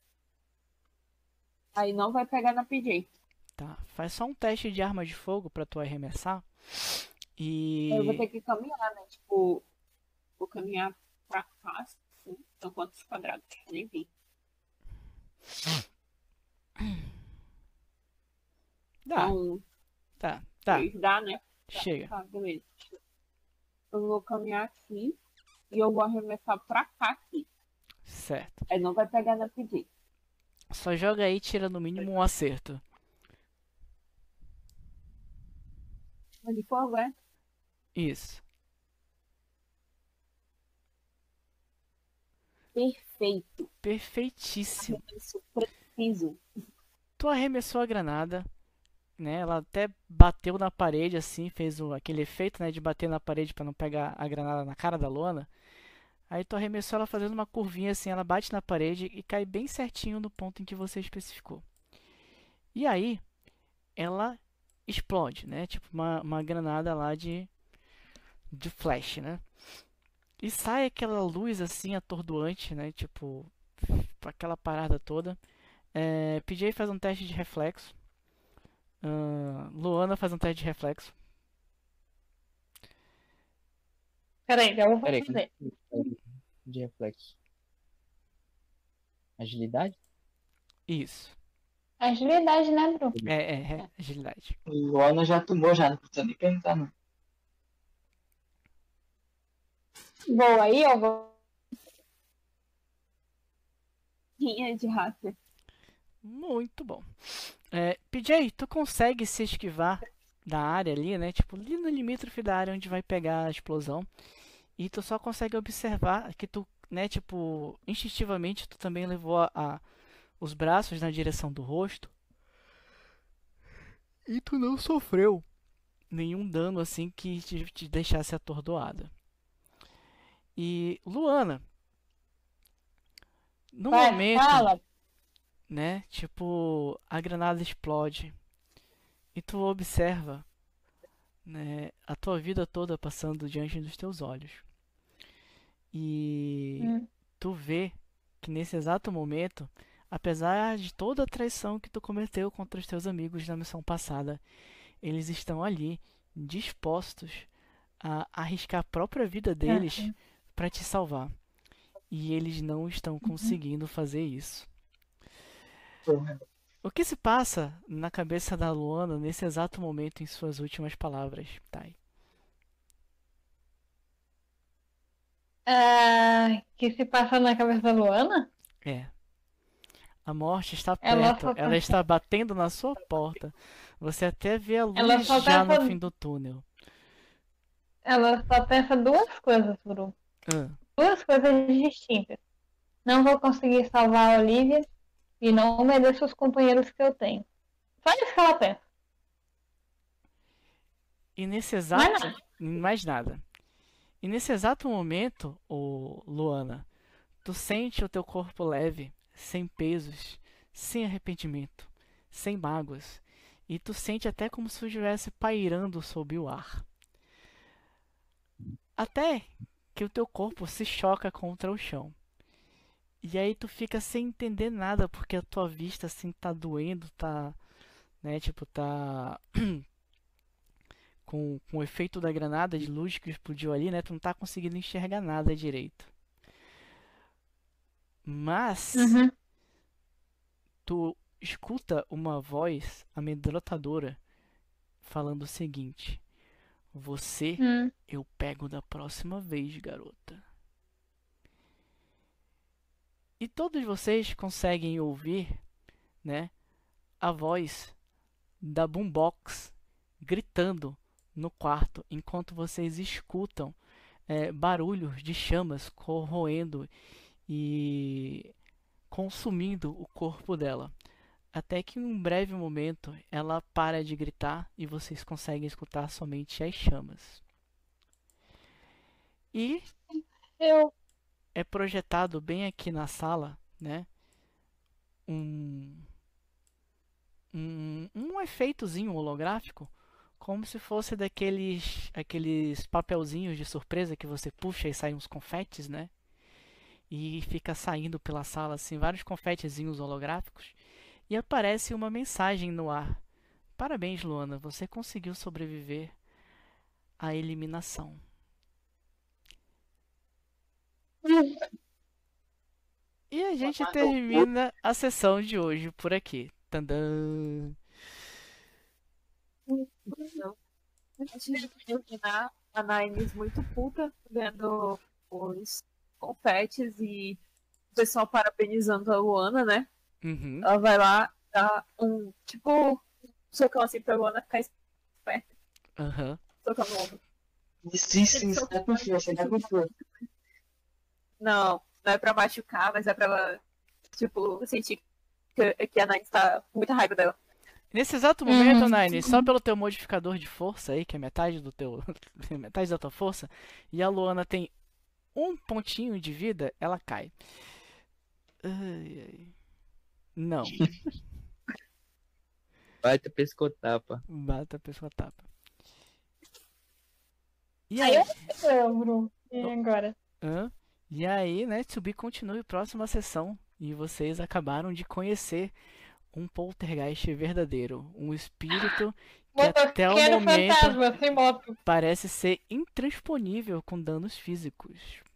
Aí não vai pegar na PJ. Tá. Faz só um teste de arma de fogo pra tu arremessar. Eu vou E ter que caminhar, né? Tipo, vou caminhar pra cá, assim. Então quantos quadrados? Nem vi. dá, Então, tá. 3 dá, né? Chega. Tá, beleza. Eu vou caminhar aqui e eu vou arremessar pra cá aqui. Certo. Aí não vai pegar na PJ. Só joga aí e tira no mínimo um acerto. Mas de fogo, é? Isso. Perfeito. Perfeitíssimo. Isso, preciso. Tu arremessou a granada, né? Ela até bateu na parede assim, fez aquele efeito, né, de bater na parede para não pegar a granada na cara da Luana. Aí tu arremessou ela fazendo uma curvinha assim, ela bate na parede e cai bem certinho no ponto em que você especificou. E aí, ela explode, né? Tipo uma granada lá de flash, né? E sai aquela luz assim atordoante, né? Tipo, aquela parada toda. PJ faz um teste de reflexo. Luana faz um teste de reflexo. Peraí, já vou Peraí, fazer. de reflexo. Agilidade? Isso. Agilidade, né, Bruno? Agilidade. Luana já tomou, já não precisa nem perguntar, não. Vou aí, eu vou. Rinha de raça. Muito bom. PJ, tu consegue se esquivar da área ali, né? Tipo, ali no limítrofe da área onde vai pegar a explosão. E tu só consegue observar que tu, né, tipo, instintivamente tu também levou os braços na direção do rosto. E tu não sofreu nenhum dano assim que te deixasse atordoada. E Luana, no Vai, momento, fala. né, tipo, a granada explode e tu observa, né, a tua vida toda passando diante dos teus olhos. E tu vê que nesse exato momento, apesar de toda a traição que tu cometeu contra os teus amigos na missão passada, eles estão ali dispostos a arriscar a própria vida deles para te salvar. E eles não estão conseguindo fazer isso. O que se passa na cabeça da Luana nesse exato momento em suas últimas palavras, Thay? Que se passa na cabeça da Luana? É. A morte está Ela perto, só ela está batendo na sua porta. Você até vê a Ela luz só já no pensa- fim do túnel. Ela só pensa duas coisas, Bruno. Ah, Duas coisas distintas. Não vou conseguir salvar a Olivia e não mereço os companheiros que eu tenho. Só isso que ela pensa. e nesse Mais exato. nada. Mais nada. E nesse exato momento, ô Luana, tu sente o teu corpo leve, sem pesos, sem arrependimento, sem mágoas. E tu sente até como se estivesse pairando sob o ar. Até que o teu corpo se choca contra o chão. E aí tu fica sem entender nada, porque a tua vista assim tá doendo, tá, né, tipo, tá com o efeito da granada de luz que explodiu ali, né, tu não tá conseguindo enxergar nada direito. Mas Uhum. tu escuta uma voz amedrontadora falando o seguinte: Você eu pego da próxima vez, garota. E todos vocês conseguem ouvir, né, a voz da boombox gritando no quarto, enquanto vocês escutam barulhos de chamas corroendo e consumindo o corpo dela. Até que em um breve momento ela para de gritar e vocês conseguem escutar somente as chamas. E Eu. é projetado bem aqui na sala, né? Um efeitozinho holográfico, como se fosse aqueles papelzinhos de surpresa que você puxa e saem uns confetes, né? E fica saindo pela sala assim vários confetezinhos holográficos e aparece uma mensagem no ar. Parabéns, Luana, você conseguiu sobreviver à eliminação. E a gente termina a sessão de hoje por aqui. Tandã! Antes de terminar, a Naines muito puta, vendo os confetes e o pessoal parabenizando a Luana, né? Uhum. Ela vai lá, dá um, tipo, socão assim pra Luana ficar esperta. Aham. Socão no ombro. Isso, dá com força, dá com força. Não é pra machucar, mas é pra ela, tipo, sentir que a Naines tá com muita raiva dela. Nesse exato momento, Nine, só pelo teu modificador de força aí, que é metade do teu. metade da tua força, e a Luana tem um pontinho de vida, ela cai. Ai, ai. Não. Vai ter pescotapa. Bata a pessoa tapa. E Aí aí? eu, Bruno. E agora? Hã? E aí, né, Tsubi continue próxima sessão. E vocês acabaram de conhecer um poltergeist verdadeiro. Um espírito que até o Motoqueiro momento fantasma, sem moto. parece ser intransponível com danos físicos.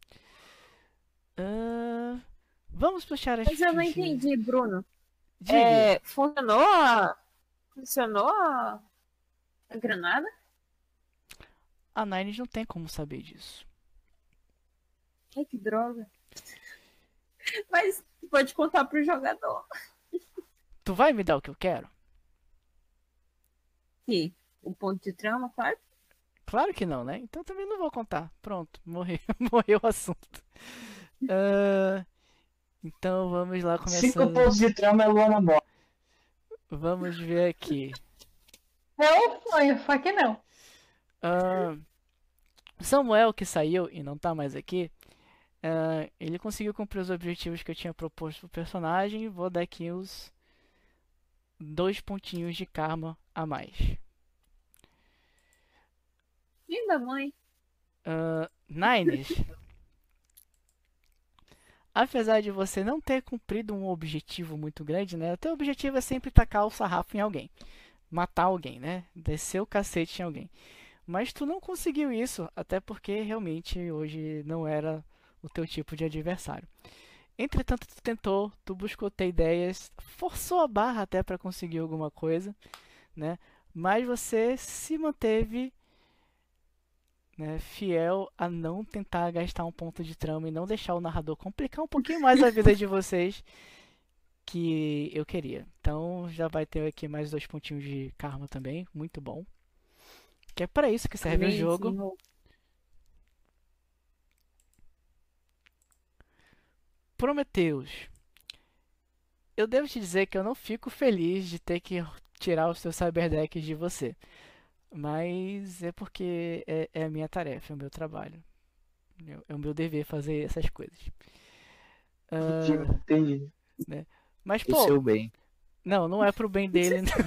Vamos puxar as Mas eu não fichas. entendi, Bruno. Diga. Funcionou a granada? A Nines não tem como saber disso. Ai, que droga. Mas pode contar pro jogador. Tu vai me dar o que eu quero? E o ponto de trama, claro. Claro que não, né? Então também não vou contar. Pronto, morreu, morreu o assunto. Então vamos lá 5 começando. pontos de trama é Luana morta. Vamos ver aqui. É um sonho, só que não. Samuel, que saiu e não tá mais aqui, ele conseguiu cumprir os objetivos que eu tinha proposto pro personagem. Vou dar aqui os 2 pontinhos de karma a mais. Linda mãe. Nines, apesar de você não ter cumprido um objetivo muito grande, né? O teu objetivo é sempre tacar o sarrafo em alguém. Matar alguém, né? Descer o cacete em alguém. Mas tu não conseguiu isso, até porque realmente hoje não era o teu tipo de adversário. Entretanto, tu tentou, tu buscou ter ideias, forçou a barra até para conseguir alguma coisa, né? Mas você se manteve, né, fiel a não tentar gastar um ponto de trama e não deixar o narrador complicar um pouquinho mais a vida de vocês. que eu queria. Então já vai ter aqui mais 2 pontinhos de karma também, muito bom. Que é para isso que serve o jogo. Senhor. Prometheus. Eu devo te dizer que eu não fico feliz de ter que tirar os seus cyberdecks de você. Mas é porque é a minha tarefa, é o meu trabalho. É o meu dever fazer essas coisas. Entendi. Mas, O seu pô, bem. não é pro bem dele. Não.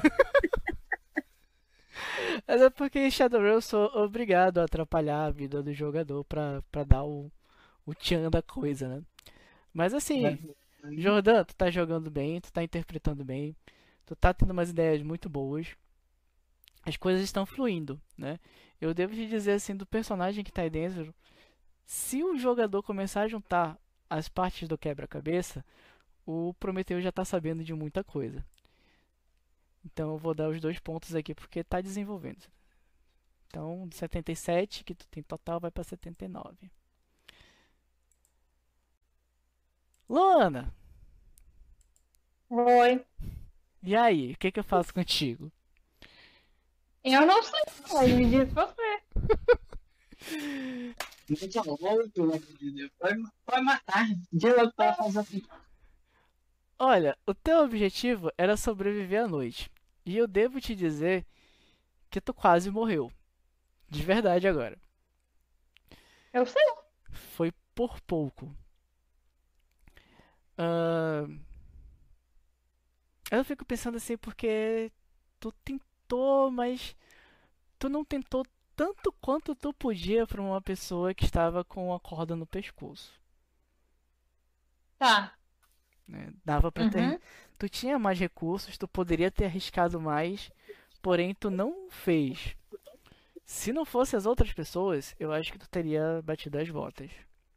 Mas é porque em Shadowrun eu sou obrigado a atrapalhar a vida do jogador pra dar o tchan da coisa, né? Mas assim, Jordan, tu tá jogando bem, tu tá interpretando bem, tu tá tendo umas ideias muito boas. As coisas estão fluindo, né? Eu devo te dizer assim, do personagem que tá aí dentro, se o jogador começar a juntar as partes do quebra-cabeça, o Prometeu já tá sabendo de muita coisa. Então eu vou dar os 2 pontos aqui porque tá desenvolvendo. Então, de 77 que tu tem total vai pra 79. Luana, Oi. e aí? O que que eu faço contigo? Eu não sei, mas me diz você. Então, vamos, pelo amor de Deus. Vai matar. Diz logo pra fazer assim. Olha, o teu objetivo era sobreviver à noite. E eu devo te dizer que tu quase morreu. De verdade agora. Eu sei. Foi por pouco. Ahn, Eu fico pensando assim porque tu tentou, mas tu não tentou tanto quanto tu podia para uma pessoa que estava com a corda no pescoço, Tá. né? Dava pra ter. Uhum. Tu tinha mais recursos, tu poderia ter arriscado mais, porém tu não fez. Se não fosse as outras pessoas, eu acho que tu teria batido as botas.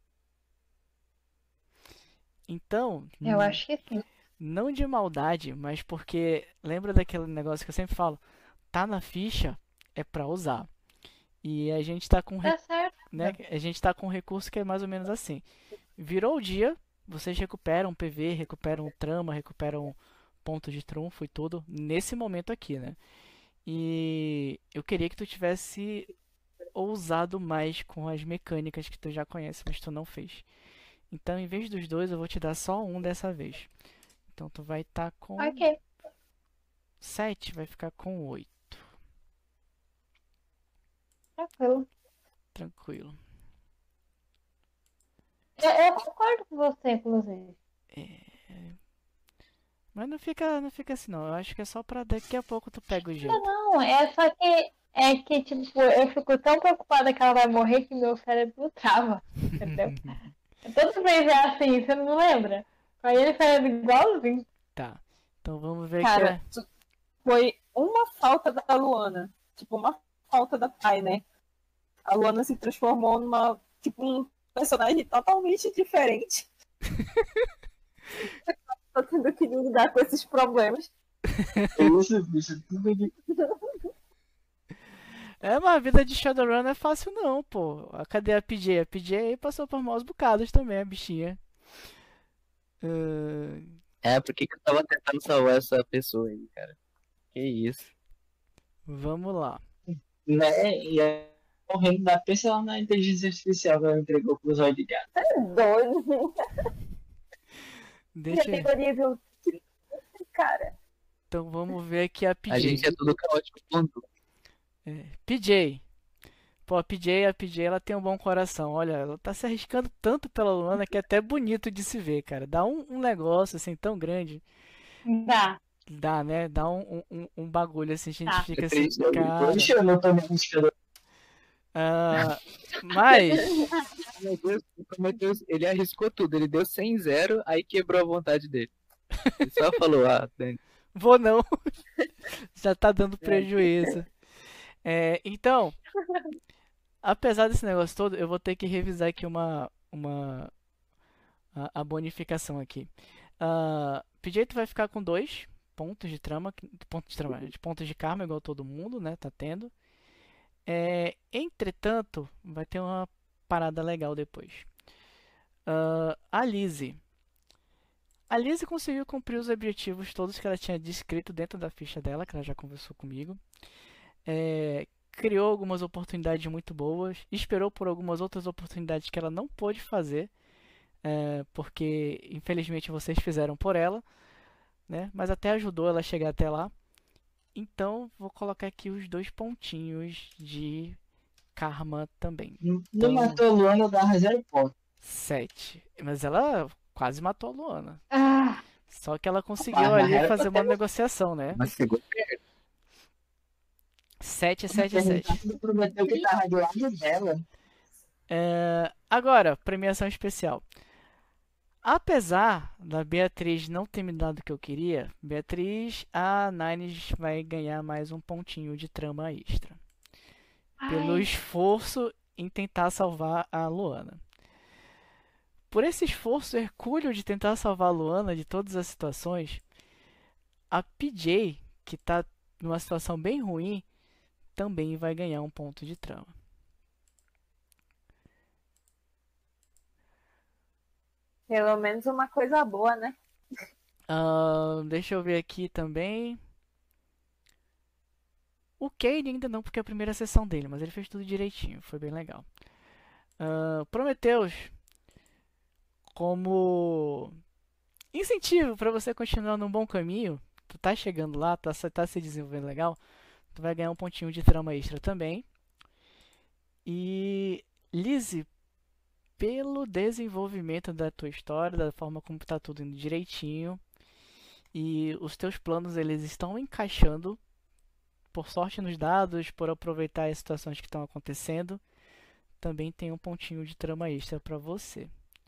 Então, Eu acho que sim. não de maldade, mas porque lembra daquele negócio que eu sempre falo, tá na ficha é pra usar. E a gente tá com Tá certo. né? A gente tá com um recurso que é mais ou menos assim. Virou o dia, vocês recuperam PV, recuperam trama, recuperam pontos de trunfo e tudo nesse momento aqui, né? E eu queria que tu tivesse ousado mais com as mecânicas que tu já conhece, mas tu não fez. Então, em vez dos 2, eu vou te dar só um dessa vez. Então, tu vai estar com Ok. 7, vai ficar com 8. Tranquilo. Tranquilo. Eu concordo com você, inclusive. Mas não fica assim não. Eu acho que é só pra daqui a pouco tu pega o jeito. Não, é só que tipo, eu fico tão preocupada que ela vai morrer que meu cérebro trava, entendeu? Toda vez é assim, você não lembra? Aí ele faz igualzinho. Tá. Então vamos ver Cara, aqui. foi uma falta da Luana. Tipo, uma falta da Pai, né? A Luana se transformou numa, tipo, um personagem totalmente diferente. Tô tendo que lidar com esses problemas. Isso, bicho. Tudo de... É, mas a vida de Shadowrun não é fácil não, pô. Cadê a PJ? A PJ passou por maus bocados também, a bichinha. Por que que eu tava tentando salvar essa pessoa aí, cara? Que isso? Vamos lá. Né? E aí, morrendo da pensa lá na inteligência artificial que ela entregou pro zóio de gato. Doido. Deixa eu... Categoria, viu? Cara. Então vamos ver aqui a PJ. A gente é tudo caótico, ponto. PJ. Pô, a PJ ela tem um bom coração. Olha, ela tá se arriscando tanto pela Luana que é até bonito de se ver, cara. Dá um negócio assim tão grande. Dá. Dá, né? Dá um bagulho assim, a gente Tá. fica É assim, triste, eu cara. Deixa eu não tomar buscador. Mas, Meu Deus, ele arriscou tudo. Ele deu 100-0, aí quebrou a vontade dele. Ele só falou, Dani. vou não. Já tá dando prejuízo. Então, apesar desse negócio todo, eu vou ter que revisar aqui a bonificação aqui. PJ tu vai ficar com 2 pontos de trama, de pontos de karma, igual todo mundo, né? Tá tendo. Entretanto, vai ter uma parada legal depois. A Lizzie. A Lizzie conseguiu cumprir os objetivos todos que ela tinha descrito dentro da ficha dela, que ela já conversou comigo. Criou algumas oportunidades muito boas, esperou por algumas outras oportunidades que ela não pôde fazer, porque infelizmente vocês fizeram por ela, né? Mas até ajudou ela a chegar até lá. Então vou colocar aqui os 2 pontinhos de karma também. Não Então, matou a Luana, eu dava 0 ponto. 7. Mas ela quase matou a Luana. Ah, Só que ela conseguiu Mas ali era fazer pra uma negociação, né? Mas chegou 7, 7, 7. Ele prometeu que tava do lado dela. Agora, premiação especial. Apesar da Beatriz não ter me dado o que eu queria, Beatriz, a Nines vai ganhar mais um pontinho de trama extra. Pelo ai, esforço em tentar salvar a Luana. Por esse esforço hercúleo de tentar salvar a Luana de todas as situações, a PJ, que está numa situação bem ruim, também vai ganhar um ponto de trama. Pelo menos uma coisa boa, né? Deixa eu ver aqui também. O Cade ainda não, porque é a primeira sessão dele, mas ele fez tudo direitinho, foi bem legal. Prometheus, como incentivo para você continuar num bom caminho, tu tá chegando lá, tá se desenvolvendo legal, tu vai ganhar um pontinho de trama extra também. E Lizzie, pelo desenvolvimento da tua história, da forma como tá tudo indo direitinho, e os teus planos eles estão encaixando, por sorte nos dados, por aproveitar as situações que estão acontecendo, também tem um pontinho de trama extra para você.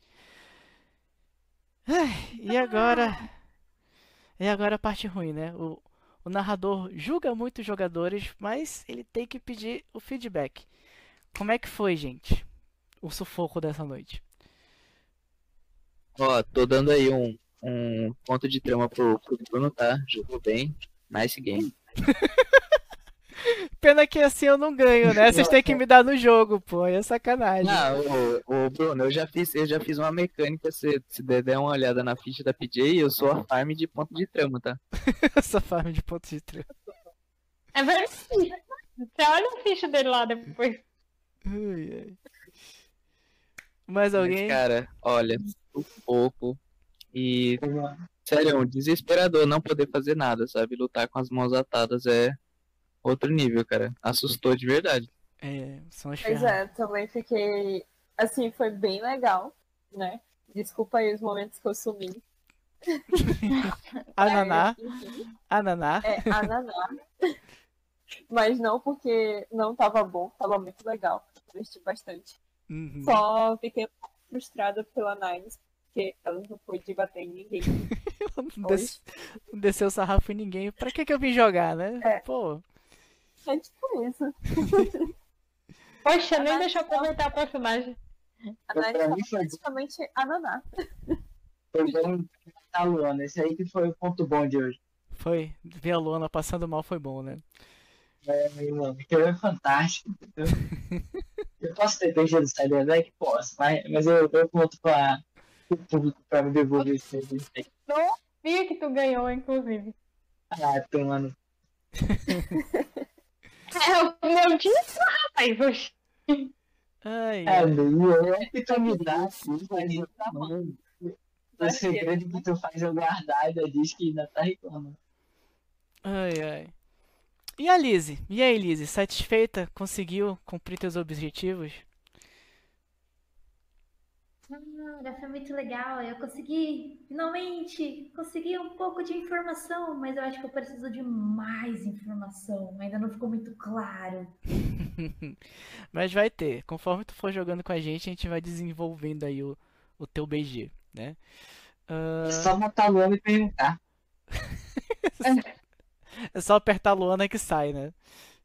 E agora a parte ruim, né? O narrador julga muito os jogadores, mas ele tem que pedir o feedback. Como é que foi, gente? O sufoco dessa noite. Ó, tô dando aí um ponto de trama pro Bruno, tá? Jogou bem. Nice game. Pena que assim eu não ganho, né? Vocês têm que me dar no jogo, pô. É sacanagem. Não, ô Bruno, eu já fiz uma mecânica, se der uma olhada na ficha da PJ, eu sou a farm de ponto de trama, tá? Essa farm de pontos de trama. é verdade. Você olha a ficha dele lá depois. Ai, ai. Mais Mas, alguém? cara, olha, pouco e, sério, é um desesperador não poder fazer nada, sabe? Lutar com as mãos atadas é outro nível, cara. Assustou de verdade. São as Pois ferramentas. é, também fiquei. Assim, foi bem legal, né? Desculpa aí os momentos que eu sumi. Ananá. Mas, enfim, Ananá. ananá. Mas não porque não tava bom, tava muito legal. Diverti bastante. Uhum. Só fiquei um pouco frustrada pela Nines, porque ela não pôde bater em ninguém. Hoje. Não desceu o sarrafo em ninguém. Pra que eu vim jogar, né? É. Pô. É tipo isso. Poxa, nem deixa eu aproveitar a personagem. A Pra Nines mim tava foi- praticamente ananá. Foi bom a Luana. Esse aí que foi o ponto bom de hoje. Foi. Ver a Luana passando mal foi bom, né? Mano, que é fantástico. Eu posso ter perdido o Cyber Deck? Posso, mas eu conto para o público para me devolver esse Cyber Deck. Vi que tu ganhou, inclusive. Mano. É o meu dia, rapaz. Oxi. Ai, Meu, é que tu me dá assim, ali na mão. O segredo que tu faz eu guardar, ainda diz que ainda tá reclamando. ai. E a Lizzie? E aí, Lizzie? Satisfeita? Conseguiu cumprir teus objetivos? Foi muito legal. Eu consegui, finalmente, consegui um pouco de informação, mas eu acho que eu preciso de mais informação. Ainda não ficou muito claro. Mas vai ter. Conforme tu for jogando com a gente vai desenvolvendo aí o teu BG, né? É só matar o Luana e perguntar. É só apertar a Luana que sai, né?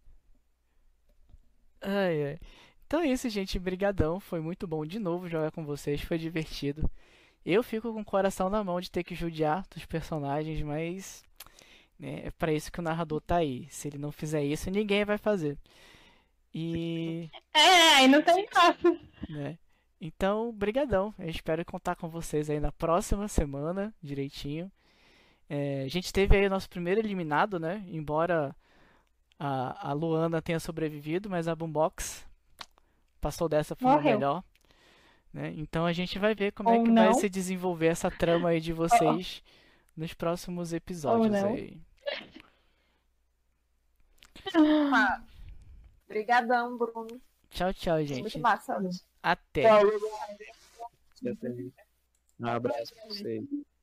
Ai. Então é isso, gente. Brigadão. Foi muito bom de novo jogar com vocês. Foi divertido. Eu fico com o coração na mão de ter que judiar dos personagens, mas né, é pra isso que o narrador tá aí. Se ele não fizer isso, ninguém vai fazer. E Aí não tem graça. né? Então, brigadão. Eu espero contar com vocês aí na próxima semana, direitinho. A gente teve aí o nosso primeiro eliminado, né? Embora a Luana tenha sobrevivido, mas a Boombox passou dessa forma Morreu. melhor. Né? Então a gente vai ver como é Ou que vai não. se desenvolver essa trama aí de vocês nos próximos episódios não. aí. Obrigadão, Bruno. Tchau, tchau, Muito gente. massa. Até. Tchau. Um abraço pra vocês.